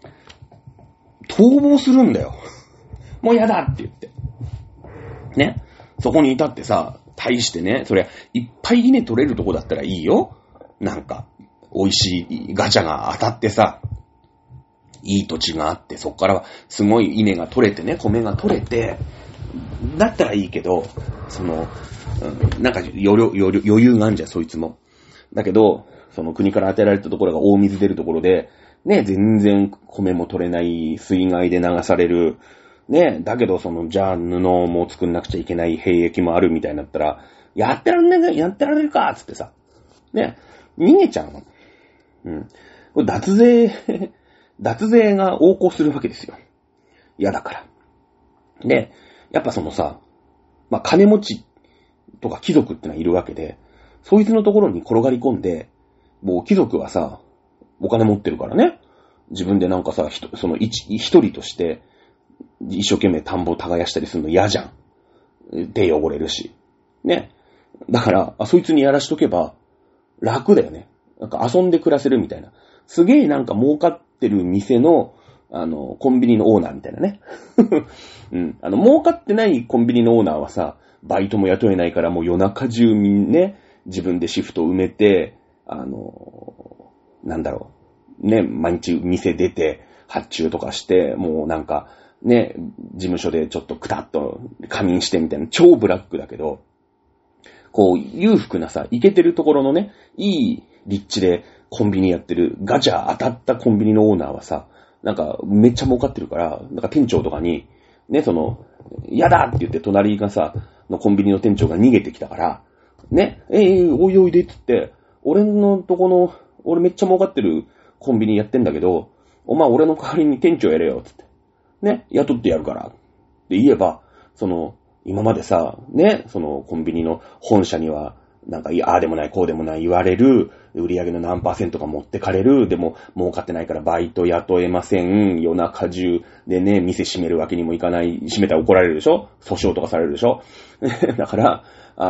逃亡するんだよ。もう嫌だって言って。ね。そこにいたってさ、大してね、そりゃ、いっぱい稲取れるとこだったらいいよ。なんか、美味しいガチャが当たってさ、いい土地があって、そこからすごい稲が取れてね、米が取れて、だったらいいけど、なんか余裕があんじゃん、そいつも。だけど、国から与えられたところが大水出るところで、ね、全然米も取れない、水害で流される、ね、だけどじゃあ布も作んなくちゃいけない兵役もあるみたいになったら、やってられるかつってさ、ね、逃げちゃうの。うん。これ脱税が横行するわけですよ。嫌だから。で、やっぱまあ、金持ちとか貴族ってのはいるわけで、そいつのところに転がり込んで、もう貴族はさ、お金持ってるからね、自分でなんかさ、その一人として、一生懸命田んぼを耕したりするの嫌じゃん。手汚れるし。ね。だから、そいつにやらしとけば、楽だよね。なんか遊んで暮らせるみたいな。すげえなんか儲かってる店の、コンビニのオーナーみたいなね。うん。儲かってないコンビニのオーナーはさ、バイトも雇えないからもう夜中中ね、自分でシフトを埋めて、なんだろう。ね、毎日店出て、発注とかして、もうなんか、ね、事務所でちょっとクタッと仮眠してみたいな、超ブラックだけど、こう、裕福なさ、イケてるところのね、いい立地でコンビニやってる、ガチャ当たったコンビニのオーナーはさ、なんかめっちゃ儲かってるから、なんか店長とかに、ね、やだって言って隣がさ、のコンビニの店長が逃げてきたから、ね、おいおいでって言って、俺めっちゃ儲かってるコンビニやってんだけど、お前俺の代わりに店長やれよ、つって。ね、雇ってやるから。って言えば、今までさ、ね、コンビニの本社には、なんか、ああでもない、こうでもない言われる、売り上げの何%が持ってかれる、でも、儲かってないからバイト雇えません、夜中中でね、店閉めるわけにもいかない、閉めたら怒られるでしょ、訴訟とかされるでしょだから、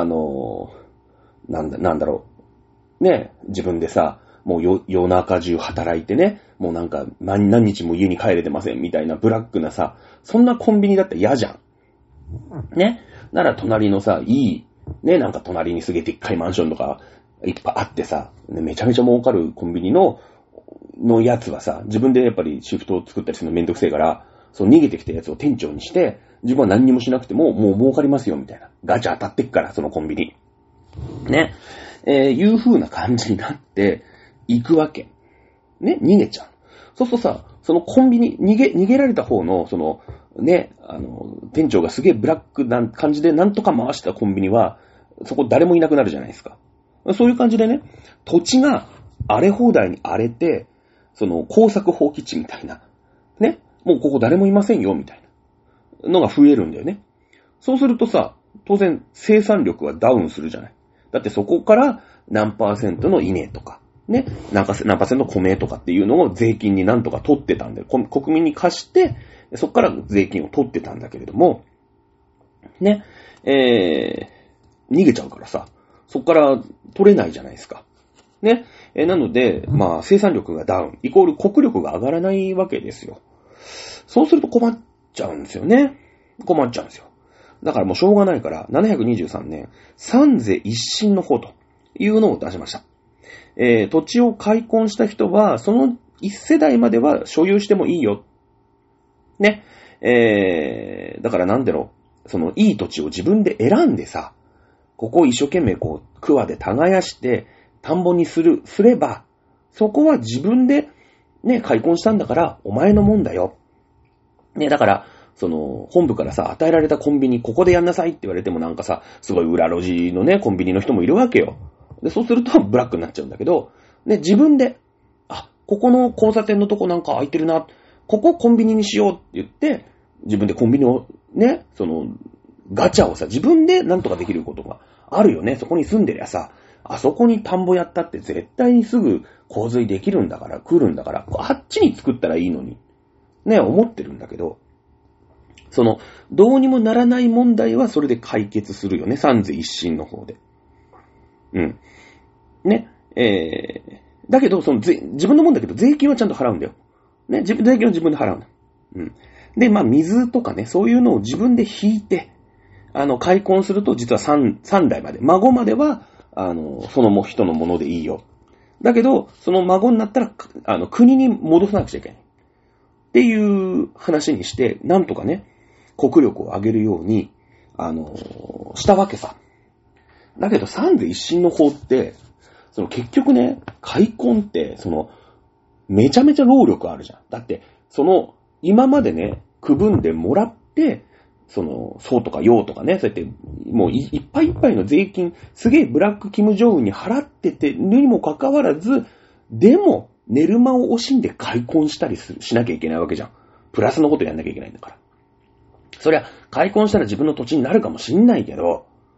なんだろう。ね、自分でさ、もう夜中中働いてね、もうなんか何日も家に帰れてませんみたいなブラックなさ、そんなコンビニだったら嫌じゃん。ね。なら隣のさ、ね、なんか隣にすげえでっかいマンションとかいっぱいあってさ、ね、めちゃめちゃ儲かるコンビニのやつはさ、自分でやっぱりシフトを作ったりするのめんどくせえから、逃げてきたやつを店長にして、自分は何にもしなくても、もう儲かりますよみたいな。ガチャ当たってっから、そのコンビニ。ね。いう風な感じになって行くわけ。ね、逃げちゃう。そうするとさ、そのコンビニ、逃げられた方の、ね、店長がすげえブラックな感じでなんとか回したコンビニは、そこ誰もいなくなるじゃないですか。そういう感じでね、土地が荒れ放題に荒れて、耕作放棄地みたいな。ね、もうここ誰もいませんよ、みたいなのが増えるんだよね。そうするとさ、当然生産力はダウンするじゃない。だってそこから何%の稲とか、ね、何%米とかっていうのを税金になんとか取ってたんで、国民に貸して、そこから税金を取ってたんだけれども、ね、逃げちゃうからさ、そこから取れないじゃないですか。ね、なので、まあ生産力がダウン、イコール国力が上がらないわけですよ。そうすると困っちゃうんですよね。困っちゃうんですよ。だからもうしょうがないから、723年、三税一新の法というのを出しました。土地を開墾した人は、その一世代までは所有してもいいよ。ね。だからなんだろう、いい土地を自分で選んでさ、ここを一生懸命桑で耕して、田んぼにすれば、そこは自分でね、開墾したんだから、お前のもんだよ。ね、だから、本部からさ、与えられたコンビニ、ここでやんなさいって言われてもなんかさ、すごい裏路地のね、コンビニの人もいるわけよ。で、そうするとブラックになっちゃうんだけど、ね、自分で、ここの交差点のとこなんか空いてるな、ここコンビニにしようって言って、自分でコンビニをね、ガチャをさ、自分でなんとかできることがあるよね。そこに住んでりゃさ、あそこに田んぼやったって絶対にすぐ洪水できるんだから、来るんだから、あっちに作ったらいいのに、ね、思ってるんだけど、どうにもならない問題はそれで解決するよね。三税一新の方で。うん。ね。だけど、自分のもんだけど、税金はちゃんと払うんだよ。ね。税金は自分で払うの。うん。で、まあ、水とかね、そういうのを自分で引いて、開墾すると、実は3代まで、孫までは、その人のものでいいよ。だけど、その孫になったら、国に戻さなくちゃいけない。っていう話にして、なんとかね、国力を上げるように、したわけさ。だけど、三税一新の法って、結局ね、開墾って、めちゃめちゃ労力あるじゃん。だって、今までね、区分でもらって、そうとか用とかね、そうやって、もういっぱいいっぱいの税金、すげえブラックキム・ジョンウンに払っててにもかかわらず、でも、寝る間を惜しんで開墾したりしなきゃいけないわけじゃん。プラスのことやんなきゃいけないんだから。そりゃ、開墾したら自分の土地になるかもしんないけど、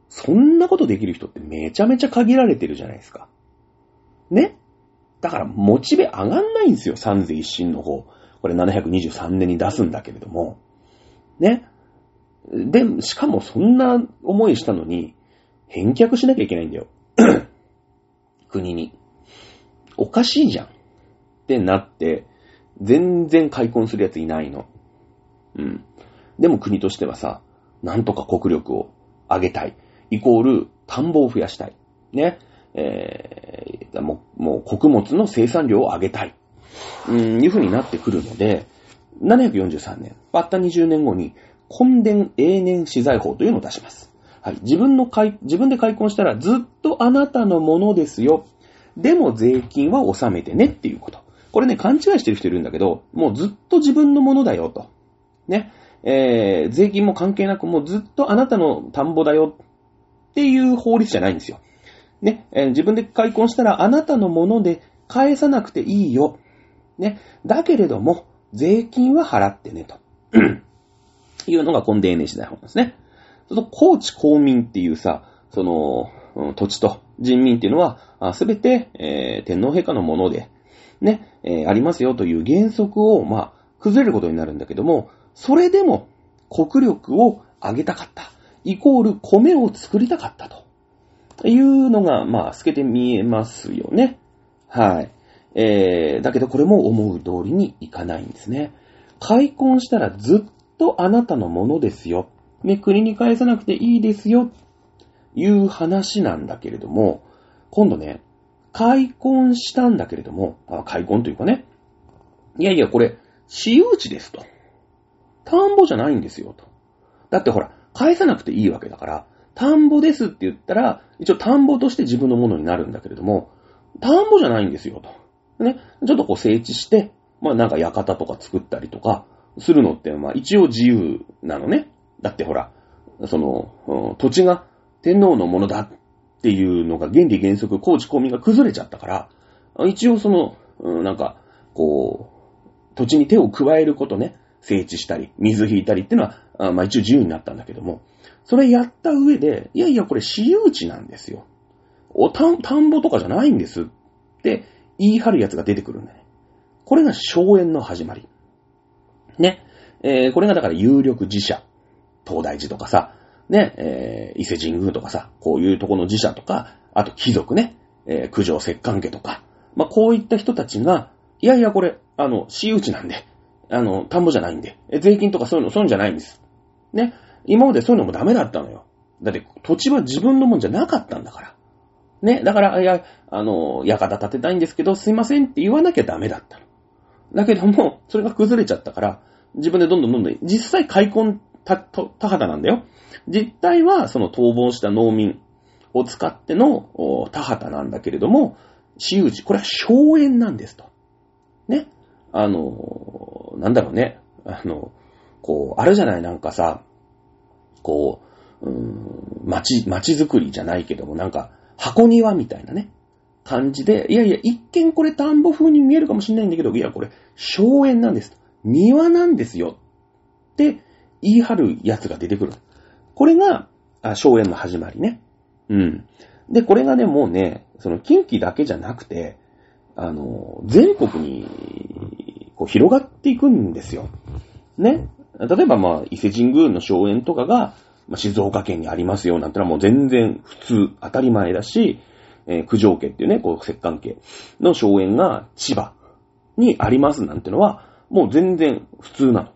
そんなことできる人ってめちゃめちゃ限られてるじゃないですか。ね。だからモチベ上がんないんですよ、三税一審の方。これ723年に出すんだけれども。ね。で、しかもそんな思いしたのに、返却しなきゃいけないんだよ。国に。おかしいじゃん。ってなって、全然開墾するやついないの。うん。でも国としてはさ、なんとか国力を上げたい。イコール、田んぼを増やしたい。ね。もう穀物の生産量を上げたい。いう風になってくるので、743年、たった20年後に、墾田永年私財法というのを出します。はい。自分で開墾したらずっとあなたのものですよ。でも税金は納めてねっていうこと。これね、勘違いしてる人いるんだけど、もうずっと自分のものだよと。ね。税金も関係なくもうずっとあなたの田んぼだよっていう法律じゃないんですよ。ね。自分で開墾したらあなたのもので返さなくていいよ。ね。だけれども、税金は払ってねと。いうのが墾田永年私財法なんですね。高知公民っていうさ、その、土地と人民っていうのは、すべて、天皇陛下のもので、ね、ありますよという原則を、崩れることになるんだけども、それでも国力を上げたかった。イコール米を作りたかったというのが、透けて見えますよね。はい。だけどこれも思う通りにいかないんですね。開墾したらずっとあなたのものですよ。ね、国に返さなくていいですよ。いう話なんだけれども、今度ね、開墾したんだけれども、開墾というかね、いやいやこれ、私有地ですと。田んぼじゃないんですよと。だってほら、返さなくていいわけだから、田んぼですって言ったら、一応田んぼとして自分のものになるんだけれども、田んぼじゃないんですよと。ね、ちょっとこう整地して、なんか館とか作ったりとかするのって、一応自由なのね。だってほら、その、土地が天皇のものだっていうのが原理原則、高知公民が崩れちゃったから、一応その、なんか、こう、土地に手を加えることね、整地したり、水引いたりっていうのは、一応自由になったんだけども、それやった上で、いやいやこれ私有地なんですよ。田んぼとかじゃないんですって言い張るやつが出てくるんだね。これが荘園の始まり。ね。これがだから有力寺社。東大寺とかさ、ね、伊勢神宮とかさ、こういうとこの寺社とか、あと貴族ね、九条摂関家とか、こういった人たちが、いやいやこれ、私有地なんで、田んぼじゃないんで、税金とかそういうのじゃないんです。ね。今までそういうのもダメだったのよ。だって土地は自分のもんじゃなかったんだから。ね。だから、いや、館建てたいんですけど、すいませんって言わなきゃダメだったの。だけども、それが崩れちゃったから、自分でどんどん、実際開墾田畑なんだよ。実態はその逃亡した農民を使っての田畑なんだけれども、私有地、これは荘園なんですと。ね。なんだろうね。こう、あるじゃない、なんかさ、こう、町づくりじゃないけども、なんか、箱庭みたいなね、感じで、いやいや、一見これ田んぼ風に見えるかもしれないんだけど、いや、これ、荘園なんです。庭なんですよ。って言い張るやつが出てくる。これが、荘園の始まりね。うん。で、これがね、もうね、その近畿だけじゃなくて、全国に、こう、広がっていくんですよ。ね。例えば伊勢神宮の荘園とかが、静岡県にありますよなんてのはもう全然普通、当たり前だし、九条家っていうね、こう、摂関家の荘園が千葉にありますなんてのは、もう全然普通なの。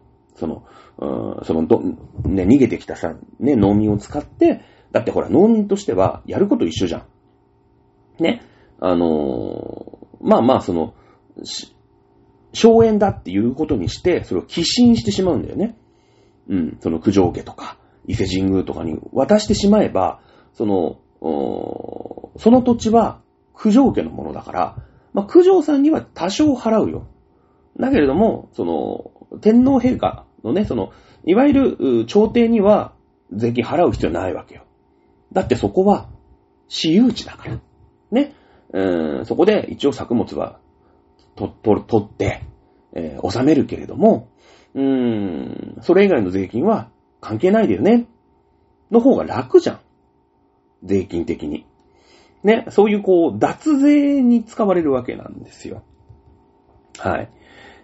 逃げてきたさ、ね、農民を使って、だってほら、農民としては、やること一緒じゃん。ね。荘園だっていうことにして、それを寄進してしまうんだよね。うん、その九条家とか、伊勢神宮とかに渡してしまえば、その土地は九条家のものだから、九条さんには多少払うよ。だけれども、天皇陛下のね、いわゆる朝廷には税金払う必要ないわけよ。だってそこは私有地だから。ね。そこで一応作物は取って、納めるけれども、それ以外の税金は関係ないだよね。の方が楽じゃん。 税金的に。ね、そういう脱税に使われるわけなんですよ。はい。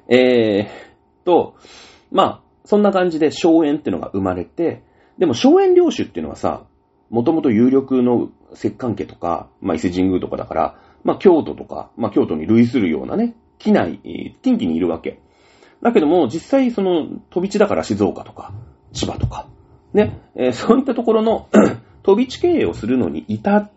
そんな感じで荘園っていうのが生まれて、でも荘園領主っていうのはさ、もともと有力の摂関家とか、伊勢神宮とかだから、京都とか、京都に類するようなね、近畿にいるわけ。だけども、実際その、飛び地だから静岡とか、千葉とか、ね、そういったところの飛び地経営をするのに至って、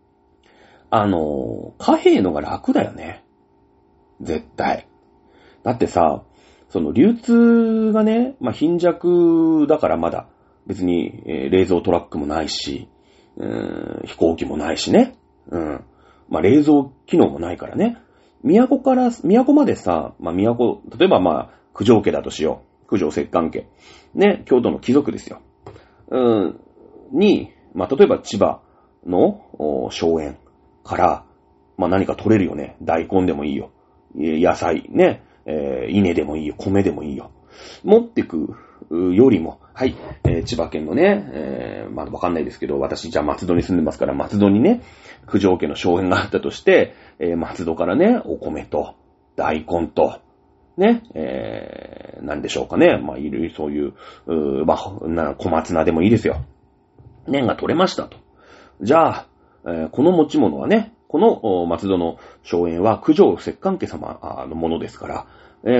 貨幣のが楽だよね。絶対。だってさ、その流通がね、貧弱だからまだ別に、冷蔵トラックもないし、飛行機もないしね。冷蔵機能もないからね。都までさ、例えば九条家だとしよう。九条摂関家。ね、京都の貴族ですよ。例えば千葉の荘園から、何か取れるよね。大根でもいいよ。野菜ね。稲でもいいよ。米でもいいよ。持ってくよりも、はい、千葉県のね、わかんないですけど、私じゃあ松戸に住んでますから、松戸にね、九条家の荘園があったとして、松戸からね、お米と、大根と、ね、なんでしょうかね。いる、そういう、小松菜でもいいですよ。年が取れましたと。じゃあ、この持ち物はね、この松戸の荘園は九条摂関家様のものですから、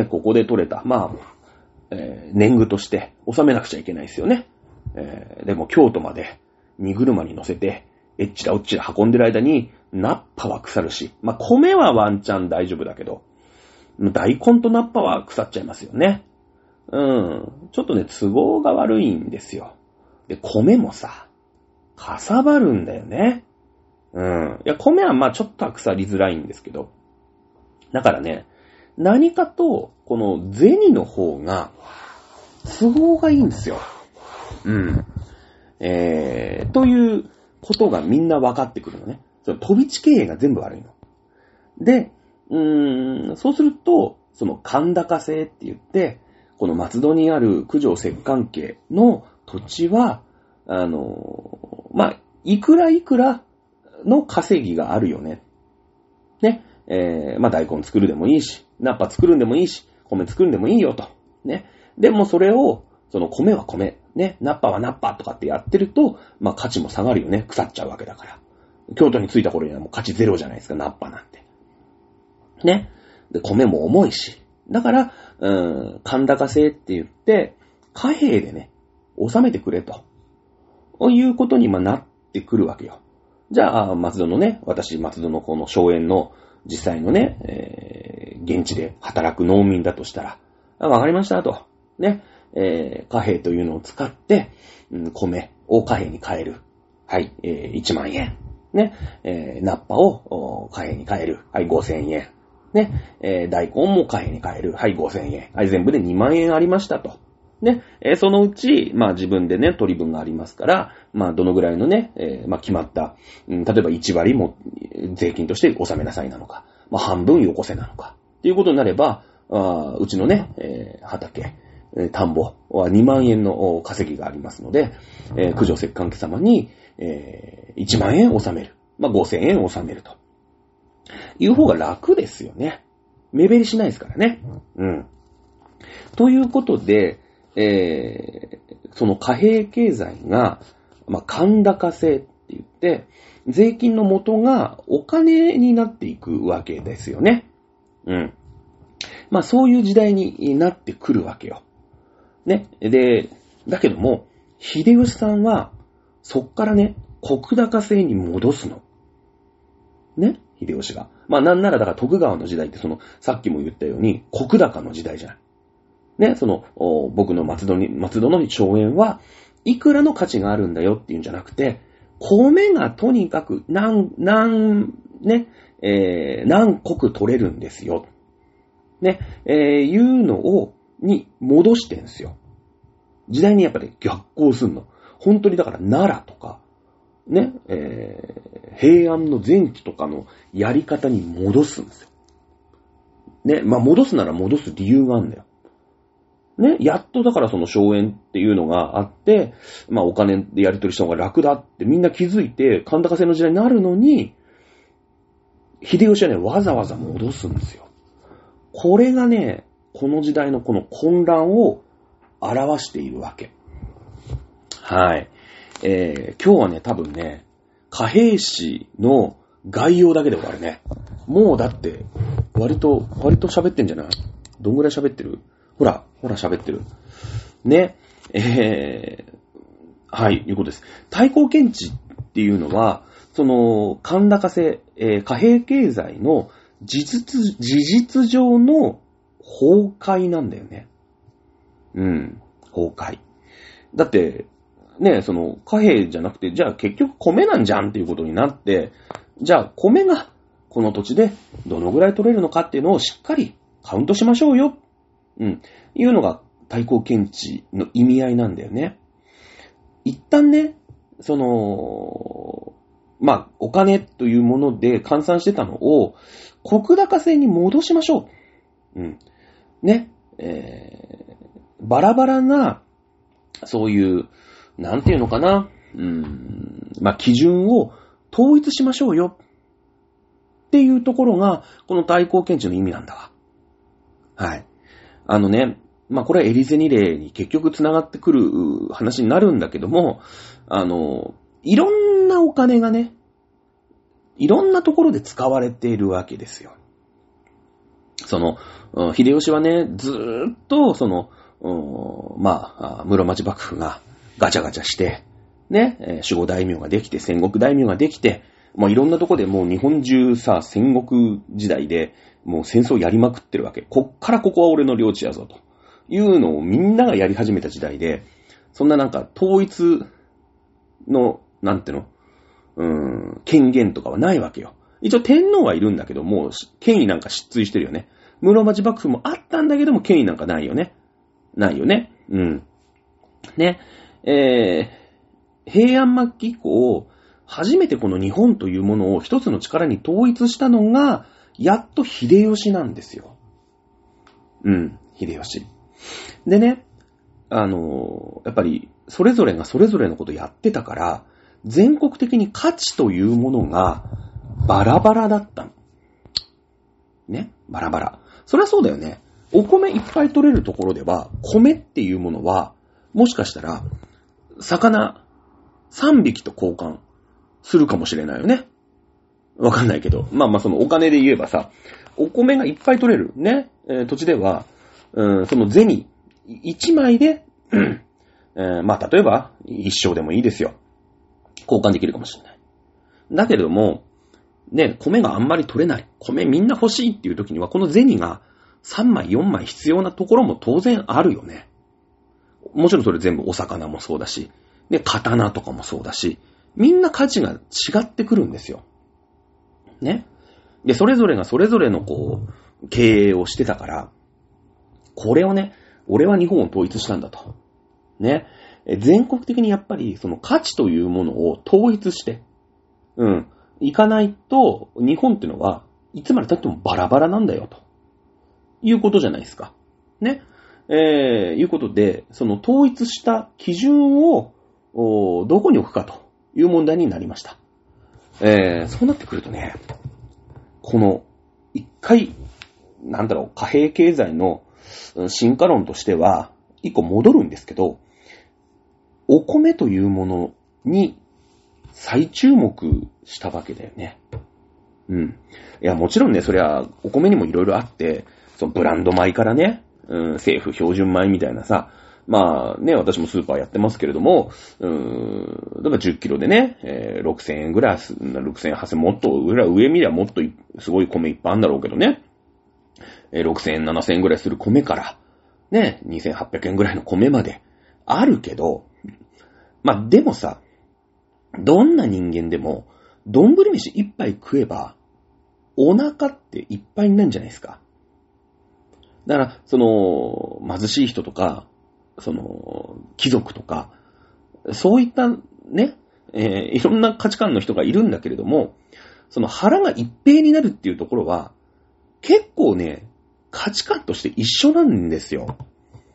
ここで取れた、年貢として納めなくちゃいけないですよね。でも京都まで荷車に乗せて、えっちらおっちら運んでる間に、ナッパは腐るし、米はワンチャン大丈夫だけど、大根とナッパは腐っちゃいますよね。ちょっとね、都合が悪いんですよ。で、米もさ、かさばるんだよね。いや、米はちょっとは腐りづらいんですけど。だからね、何かと、この銭の方が、都合がいいんですよ。ということがみんな分かってくるのね。その飛び地経営が全部悪いの。で、そうすると、その神高制って言って、この松戸にある九条摂関家の土地は、いくらいくらの稼ぎがあるよね。ね。大根作るでもいいし、ナッパ作るんでもいいし、米作るんでもいいよと。ね。でもそれを、その米は米、ね。ナッパはナッパとかってやってると、価値も下がるよね。腐っちゃうわけだから。京都に着いた頃にはもう価値ゼロじゃないですか、ナッパなんて。ね。で、米も重いし。だから、神高制って言って、貨幣でね、納めてくれと。いうことになってくるわけよ。じゃあ、松戸のね、私、松戸のこの荘園の実際のね、現地で働く農民だとしたら、わかりましたと。ね、貨幣というのを使って、米を貨幣に変える。はい、1万円。ね、ナッパを貨幣に変える。はい、5000円。ね、大根も貨幣に変える。はい、5000円。はい、全部で2万円ありましたと。ね、そのうち、自分でね、取り分がありますから、どのぐらいのね、決まった、例えば1割も税金として納めなさいなのか、半分よこせなのか、っていうことになれば、うちのね、畑、田んぼは2万円の稼ぎがありますので、九条摂関家様に、1万円納める。5000円納めると。いう方が楽ですよね。目減りしないですからね。ということで、その貨幣経済が、神高制って言って、税金の元がお金になっていくわけですよね。そういう時代になってくるわけよ。ね。で、だけども、秀吉さんは、そっからね、石高制に戻すの。ね。秀吉が。なんならだから徳川の時代ってさっきも言ったように、石高の時代じゃない。ね、僕の松戸の荘園はいくらの価値があるんだよっていうんじゃなくて、米がとにかく何国取れるんですよ。ね、いうのに戻してんすよ。時代にやっぱり逆行すんの。本当にだから奈良とか、ね、平安の前期とかのやり方に戻すんですよ。ね、戻すなら戻す理由があるんだよ。 ね、やっとだからその荘園っていうのがあって、まあお金でやり取りした方が楽だってみんな気づいて、神高制の時代になるのに、秀吉はね、わざわざ戻すんですよ。これがね、この時代のこの混乱を表しているわけ。はい。今日はね、多分ね、貨幣史の概要だけで終わるね。もうだって、割と喋ってんじゃない？どんぐらい喋ってる？ほら喋ってる。ね。はい、いうことです。対抗検知っていうのは、その、神高制、貨幣経済の事実上の崩壊なんだよね。崩壊。だって、ね、その、貨幣じゃなくて、じゃあ結局米なんじゃんっていうことになって、じゃあ米がこの土地でどのぐらい取れるのかっていうのをしっかりカウントしましょうよ。いうのが対抗検知の意味合いなんだよね。一旦ね、その、まあ、お金というもので換算してたのを、石高制に戻しましょう。ね。バラバラな、そういう、なんていうのかな。まあ、基準を統一しましょうよ。っていうところが、この対抗検知の意味なんだわ。はい。まあ、これはエリゼニレに結局繋がってくる話になるんだけども、いろんなお金がね、いろんなところで使われているわけですよ。その、秀吉はね、ずーっと、その、まあ、室町幕府がガチャガチャして、ね、守護大名ができて、戦国大名ができて、もういろんなとこでもう日本中さ、戦国時代でもう戦争やりまくってるわけ。こっからここは俺の領地やぞというのをみんながやり始めた時代で、そんななんか統一の、なんての、権限とかはないわけよ。一応天皇はいるんだけども、権威なんか失墜してるよね。室町幕府もあったんだけども、権威なんかないよね。ないよね。ね。平安末期以降、初めてこの日本というものを一つの力に統一したのが、やっと秀吉なんですよ。秀吉。でね、やっぱり、それぞれがそれぞれのことやってたから、全国的に価値というものがバラバラだったの。ね、バラバラ。そりゃそうだよね。お米いっぱい取れるところでは、米っていうものは、もしかしたら、魚3匹と交換するかもしれないよね。わかんないけど。まあそのお金で言えばさ、お米がいっぱい取れるね、土地では、その銭1枚で、まあ例えば一升でもいいですよ。交換できるかもしれない。だけれども、ね、米があんまり取れない。米みんな欲しいっていう時には、この銭が3枚4枚必要なところも当然あるよね。もちろんそれ全部お魚もそうだし、で、刀とかもそうだし、みんな価値が違ってくるんですよ。ね。で、それぞれがそれぞれのこう、経営をしてたから、これをね、俺は日本を統一したんだと。ね。全国的にやっぱりその価値というものを統一して、いかないと、日本ってのはいつまで経ってもバラバラなんだよと。いうことじゃないですか。ね。いうことで、その統一した基準を、どこに置くかという問題になりました。そうなってくるとね、この、一回、貨幣経済の進化論としては、一個戻るんですけど、お米というものに再注目したわけだよね。いや、もちろんね、そりゃ、お米にもいろいろあって、そのブランド米からね、政府標準米みたいなさ、まあね、私もスーパーやってますけれども、例えば10キロでね、6000円ぐらい、6000円、8000円、もっと上見りゃもっとすごい米いっぱいあるんだろうけどね、6000円、7000円ぐらいする米から、ね、2800円ぐらいの米まであるけど、まあでもさ、どんな人間でも、丼飯一杯食えば、お腹っていっぱいになるんじゃないですか。だから、その、貧しい人とか、その、貴族とか、そういったね、いろんな価値観の人がいるんだけれども、その腹が一平になるっていうところは、結構ね、価値観として一緒なんですよ。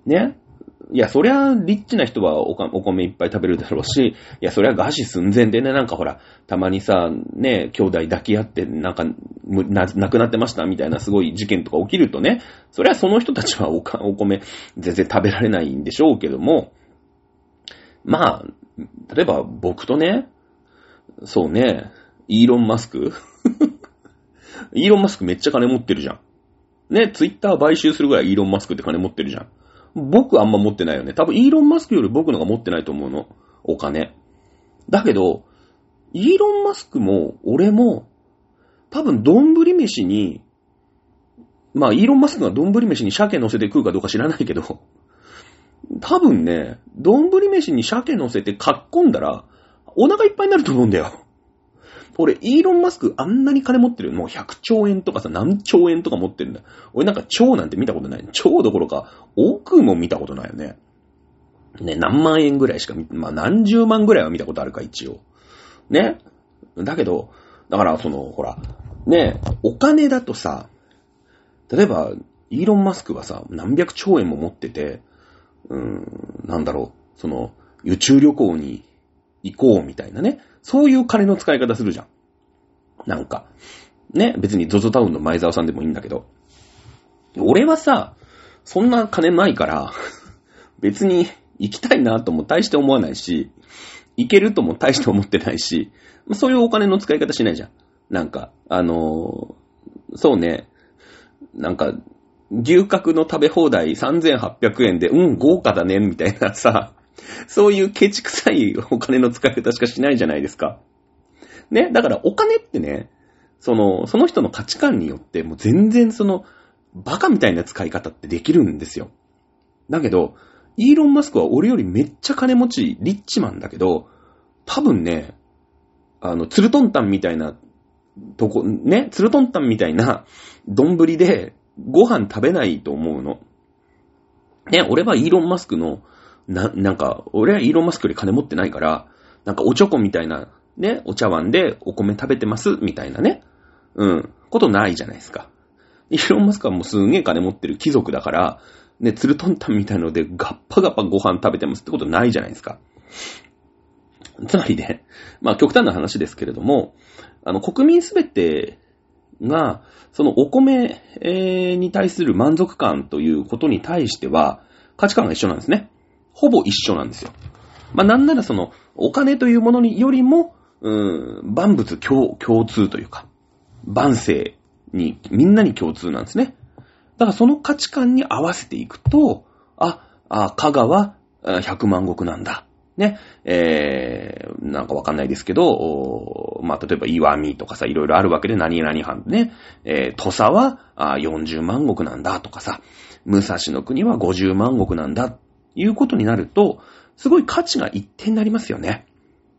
ね。いや、そりゃ、リッチな人はお米いっぱい食べるだろうし、いや、そりゃ餓死寸前でね、なんかほら、たまにさ、ね、兄弟抱き合って、なんか、亡くなってましたみたいなすごい事件とか起きるとね、そりゃその人たちはお米全然食べられないんでしょうけども、まあ、例えば僕とね、そうね、イーロン・マスクイーロン・マスクめっちゃ金持ってるじゃん。ね、ツイッター買収するぐらいイーロン・マスクって金持ってるじゃん。僕あんま持ってないよね。多分イーロン・マスクより僕のが持ってないと思うの。お金。だけど、イーロン・マスクも俺も多分丼飯に、まあイーロン・マスクが丼飯に鮭乗せて食うかどうか知らないけど、多分ね、丼飯に鮭乗せてかっこんだらお腹いっぱいになると思うんだよ。俺、イーロン・マスクあんなに金持ってる。もう100兆円とかさ、何兆円とか持ってるんだ。俺なんか兆なんて見たことない。兆どころか、億も見たことないよね。ね、何万円ぐらいしかまあ何十万ぐらいは見たことあるか、一応。ね。だけど、だからほら、ね、お金だとさ、例えば、イーロン・マスクはさ、何百兆円も持ってて、なんだろう、宇宙旅行に行こうみたいなね。そういう金の使い方するじゃん。なんか。ね、別に ZOZO タウンの前澤さんでもいいんだけど。俺はさ、そんな金ないから、別に行きたいなとも大して思わないし、行けるとも大して思ってないし、そういうお金の使い方しないじゃん。なんか、そうね、なんか、牛角の食べ放題3800円で、豪華だね、みたいなさ、そういうケチくさいお金の使い方しかしないじゃないですか。ね。だからお金ってね、その人の価値観によってもう全然バカみたいな使い方ってできるんですよ。だけど、イーロン・マスクは俺よりめっちゃ金持ち、リッチマンだけど、多分ね、ツルトンタンみたいなツルトンタンみたいな丼でご飯食べないと思うの。ね、俺はイーロン・マスクのなんか、俺はイーロン・マスクより金持ってないから、なんかおちょこみたいな、ね、お茶碗でお米食べてます、みたいなね。ことないじゃないですか。イーロン・マスクはもうすんげえ金持ってる貴族だから、ね、ツルトンタンみたいのでガッパガッパご飯食べてますってことないじゃないですか。つまりね、まあ極端な話ですけれども、国民すべてが、そのお米に対する満足感ということに対しては、価値観が一緒なんですね。ほぼ一緒なんですよ。まあ、なんならお金というものによりも、万物共通というか、万世に、みんなに共通なんですね。だからその価値観に合わせていくと、加賀は100万石なんだ。ね。なんかわかんないですけど、まあ、例えば岩見とかさ、いろいろあるわけで何々藩ね。土佐は40万石なんだとかさ、武蔵の国は50万石なんだ。いうことになると、すごい価値が一定になりますよね。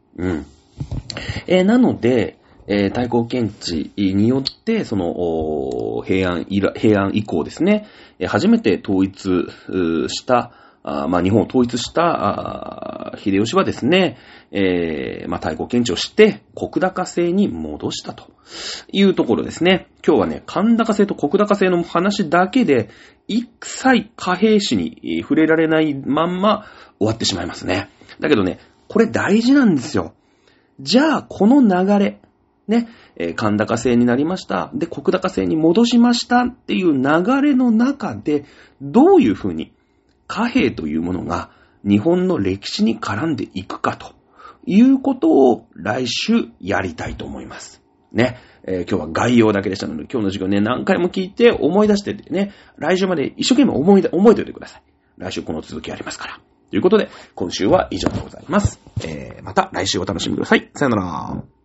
なので、太閤検地によって、平安以降ですね、初めて統一した、まあ、日本を統一した秀吉はですね、まあ、太閤検地をして石高制に戻したというところですね。今日はね、神高制と石高制の話だけで一切貨幣史に触れられないまんま終わってしまいますね。だけどね、これ大事なんですよ。じゃあこの流れね、神高制になりました。で、石高制に戻しましたっていう流れの中でどういうふうに貨幣というものが日本の歴史に絡んでいくかということを来週やりたいと思います。ね。今日は概要だけでしたので、今日の授業ね、何回も聞いて思い出してね、来週まで一生懸命覚えておいてください。来週この続きありますから。ということで、今週は以上でございます。また来週お楽しみください。さよなら。